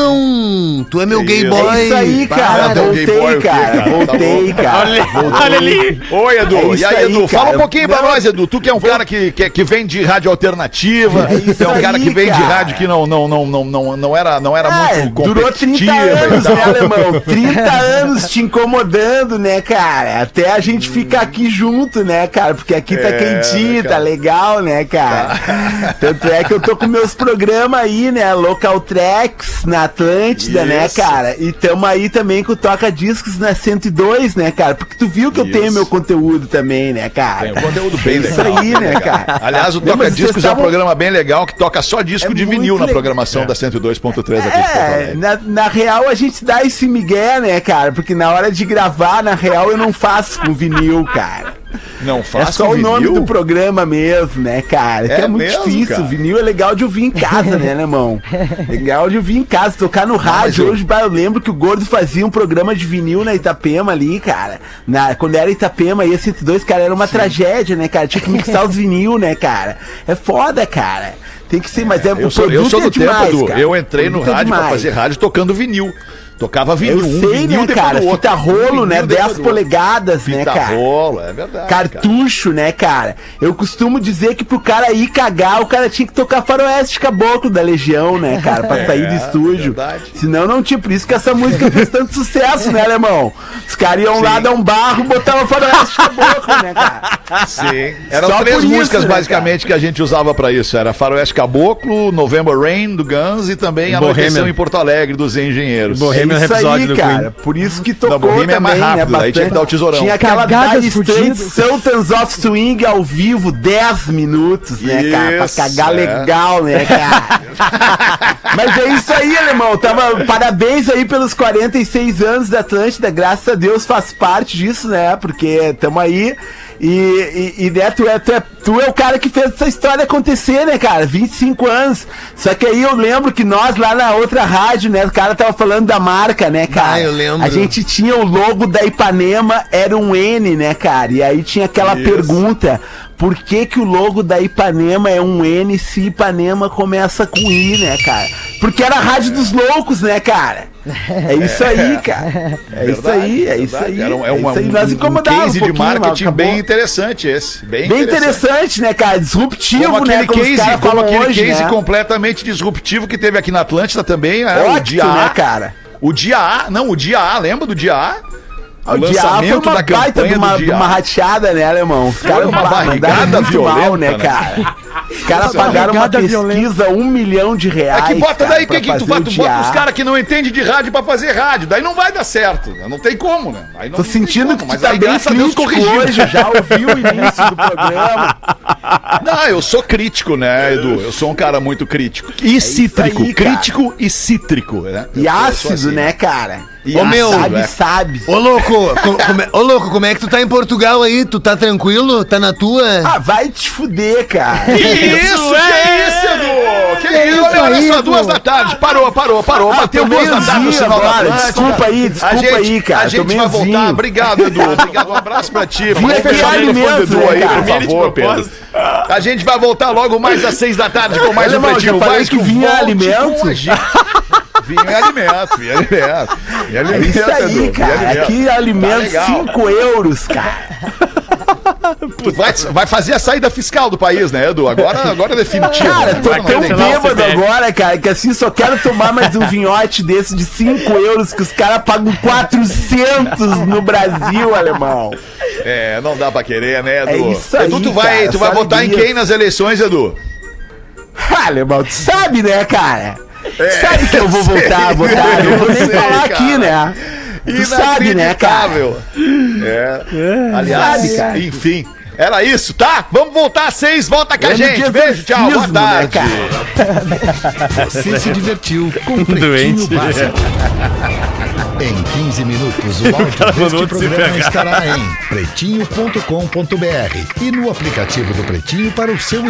Não! Tu é meu gay boy. É isso aí, cara. Voltei, cara. Voltei, cara. Olha, olha ali. Oi, Edu. E aí, Edu? Fala um pouquinho pra nós, Edu. Tu que é um cara que, que, que vem de rádio alternativa, é um cara aí, que vem cara. de rádio que não, não, não, não, não, não era, não era é, muito competitiva. Durou trinta anos, né, alemão? trinta anos te incomodando, né, cara? Até a gente hum. ficar aqui junto, né, cara? Porque aqui tá é, quentinho, cara. Tá legal, né, cara? Tá. Tanto é que eu tô com meus programas aí, né? Local Tracks na Atlântida, isso. né, cara? E tamo aí também com o Toca Discos na cento e dois, né, cara? Porque tu viu que eu isso. tenho meu conteúdo também, né, cara? Tem um conteúdo bem legal. Isso aí, né, cara? Aliás, o Toca Discos é um programa bem legal que toca só disco é de vinil na programação é. da cento e dois ponto três aqui. É, na, na real a gente dá esse migué, né, cara? Porque na hora de gravar, na real, eu não faço com vinil, cara. Não faço É só o nome do programa mesmo, né, cara? É, que é muito mesmo, difícil. Cara. Vinil é legal de ouvir em casa, né, alemão? Legal de ouvir em casa, tocar no rádio. Eu... Hoje, eu lembro que o Gordo fazia um programa de vinil na Itapema ali, cara. Na, quando era Itapema e a cento e dois, cara, era uma Sim. tragédia, né, cara? Tinha que mixar os vinil, né, cara? É foda, cara. Tem que ser, mas é, eu o sou, produto eu sou do é demais, tempo do, cara. Eu entrei no rádio é pra fazer rádio tocando vinil. Tocava vinil, eu sei, um vinil né, cara? Fita rolo, um né? dez polegadas, Fita né, cara? Fita rolo, é verdade. Cartucho, cara. né, cara? Eu costumo dizer que pro cara ir cagar, o cara tinha que tocar Faroeste Caboclo da Legião, né, cara? Pra é, sair do estúdio. Verdade. Senão não tinha. Por isso que essa música fez tanto sucesso, né, alemão? Os caras iam Sim. lá dar um barro e botavam Faroeste Caboclo, né, cara? Sim. Eram Só três músicas, isso, basicamente, né, que a gente usava pra isso. Era Faroeste Caboclo, November Rain, do Guns, e também a Anoiteção em Porto Alegre, dos Engenheiros. Bohemian Rhapsody do Queen. Por isso que tocou também, é mais rápido, né? Aí tinha que dar o tesourão. Tinha aquela Dire Straits Sultans of Swing ao vivo, dez minutos, né, isso, cara? Pra cagar é. legal, né, cara? Mas é isso aí, alemão. Tava, parabéns aí pelos quarenta e seis anos da Atlântida. Graças a Deus faz parte disso, né? Porque tamo aí. E, e, e né, tu, é, tu, é, tu é o cara que fez essa história acontecer, né, cara? vinte e cinco anos. Só que aí eu lembro que nós lá na outra rádio, né? O cara tava falando da marca, né, cara? Ah, eu lembro. A gente tinha o logo da Ipanema, era um N, né, cara? E aí tinha aquela Isso. pergunta: por que que o logo da Ipanema é um N se Ipanema começa com I, né, cara? Porque era a rádio dos loucos, né, cara? É isso aí, cara. É, é isso aí, é isso aí. Era um, é uma, é isso aí. Um, Nós incomodávamos um case um de marketing bem interessante esse. Bem, bem interessante. interessante, né, cara? Disruptivo, como né? Aquele case, como, como aquele hoje, case né? completamente disruptivo que teve aqui na Atlântida também. Né? Ótimo, o dia né, A, cara? O dia A, não, o dia A, lembra do dia A? O, o lançamento da campanha de uma, de uma rateada, né, alemão? Os caras uma barrigada violenta, mal, né, cara? Os caras pagaram uma pesquisa, violenta. um milhão de reais. É que bota cara, daí, que, que tu, tu bota os caras que não entendem de rádio pra fazer rádio. Daí não vai dar certo, né? Não tem como, né? Aí não, Tô não sentindo como, que tu tá bem crítico hoje, já ouviu o início do programa. Não, eu sou crítico, né, Edu? Eu sou um cara muito crítico. E é cítrico, aí, crítico e cítrico, né? E ácido, assim, né, cara? E Ô, meu, sabe, é. sabe. Ô, louco, co- como é, ô, louco, como é que tu tá em Portugal aí? Tu tá tranquilo? Tá na tua? Ah, vai te fuder, cara. Que isso, que isso, Edu? Que isso, olha, olha só, duas da tarde. Parou, parou, parou. Ah, Bateu tô duas da tarde no meiozinho Sinal da agora. Atlântida. Desculpa aí, desculpa a gente, aí, cara. A Tô gente vai meiozinho. voltar. Obrigado, Edu. Obrigado, um abraço pra ti. Vinha Vamos aqui fechar o telefone do alimentos, Edu aí, né, cara? por favor, Pedro. A gente vai voltar logo mais às seis da tarde com mais Olha, um irmão, Pretinho já falei Básico. que vinha Volte alimentos. com a gente. Vinho e alimento, vinho e alimento. Vinho e É alimento, isso Edu, aí, vinho e cara. alimento. Aqui alimento Tá legal. cinco euros, cara. Tu vai, vai fazer a saída fiscal do país, né, Edu? Agora, agora é definitivo. Cara, tô Vai tão cancelar o bêbado C P F. agora, cara, que assim só quero tomar mais um vinhote desse de cinco euros que os caras pagam quatrocentos no Brasil, alemão. É, não dá pra querer, né, Edu? É isso aí, Edu, tu vai, cara, tu vai só votar alegria. em quem nas eleições, Edu? Ah, alemão, tu sabe, né, cara? É, sabe que eu vou eu sei, voltar a votar, não vou nem eu sei, falar cara. aqui, né? Tu sabe, né, cara? Inacreditável. É. Aliás, Sabe, cara. enfim. Era isso, tá? Vamos voltar às seis, volta com a É no gente. dia Beijo, tchau, boa fismo, né, tarde. cara? Você se divertiu com o Pretinho Doente. Básico. Em quinze minutos, o áudio mandou deste se programa ferrar. estará em pretinho ponto com ponto br e no aplicativo do Pretinho para o seu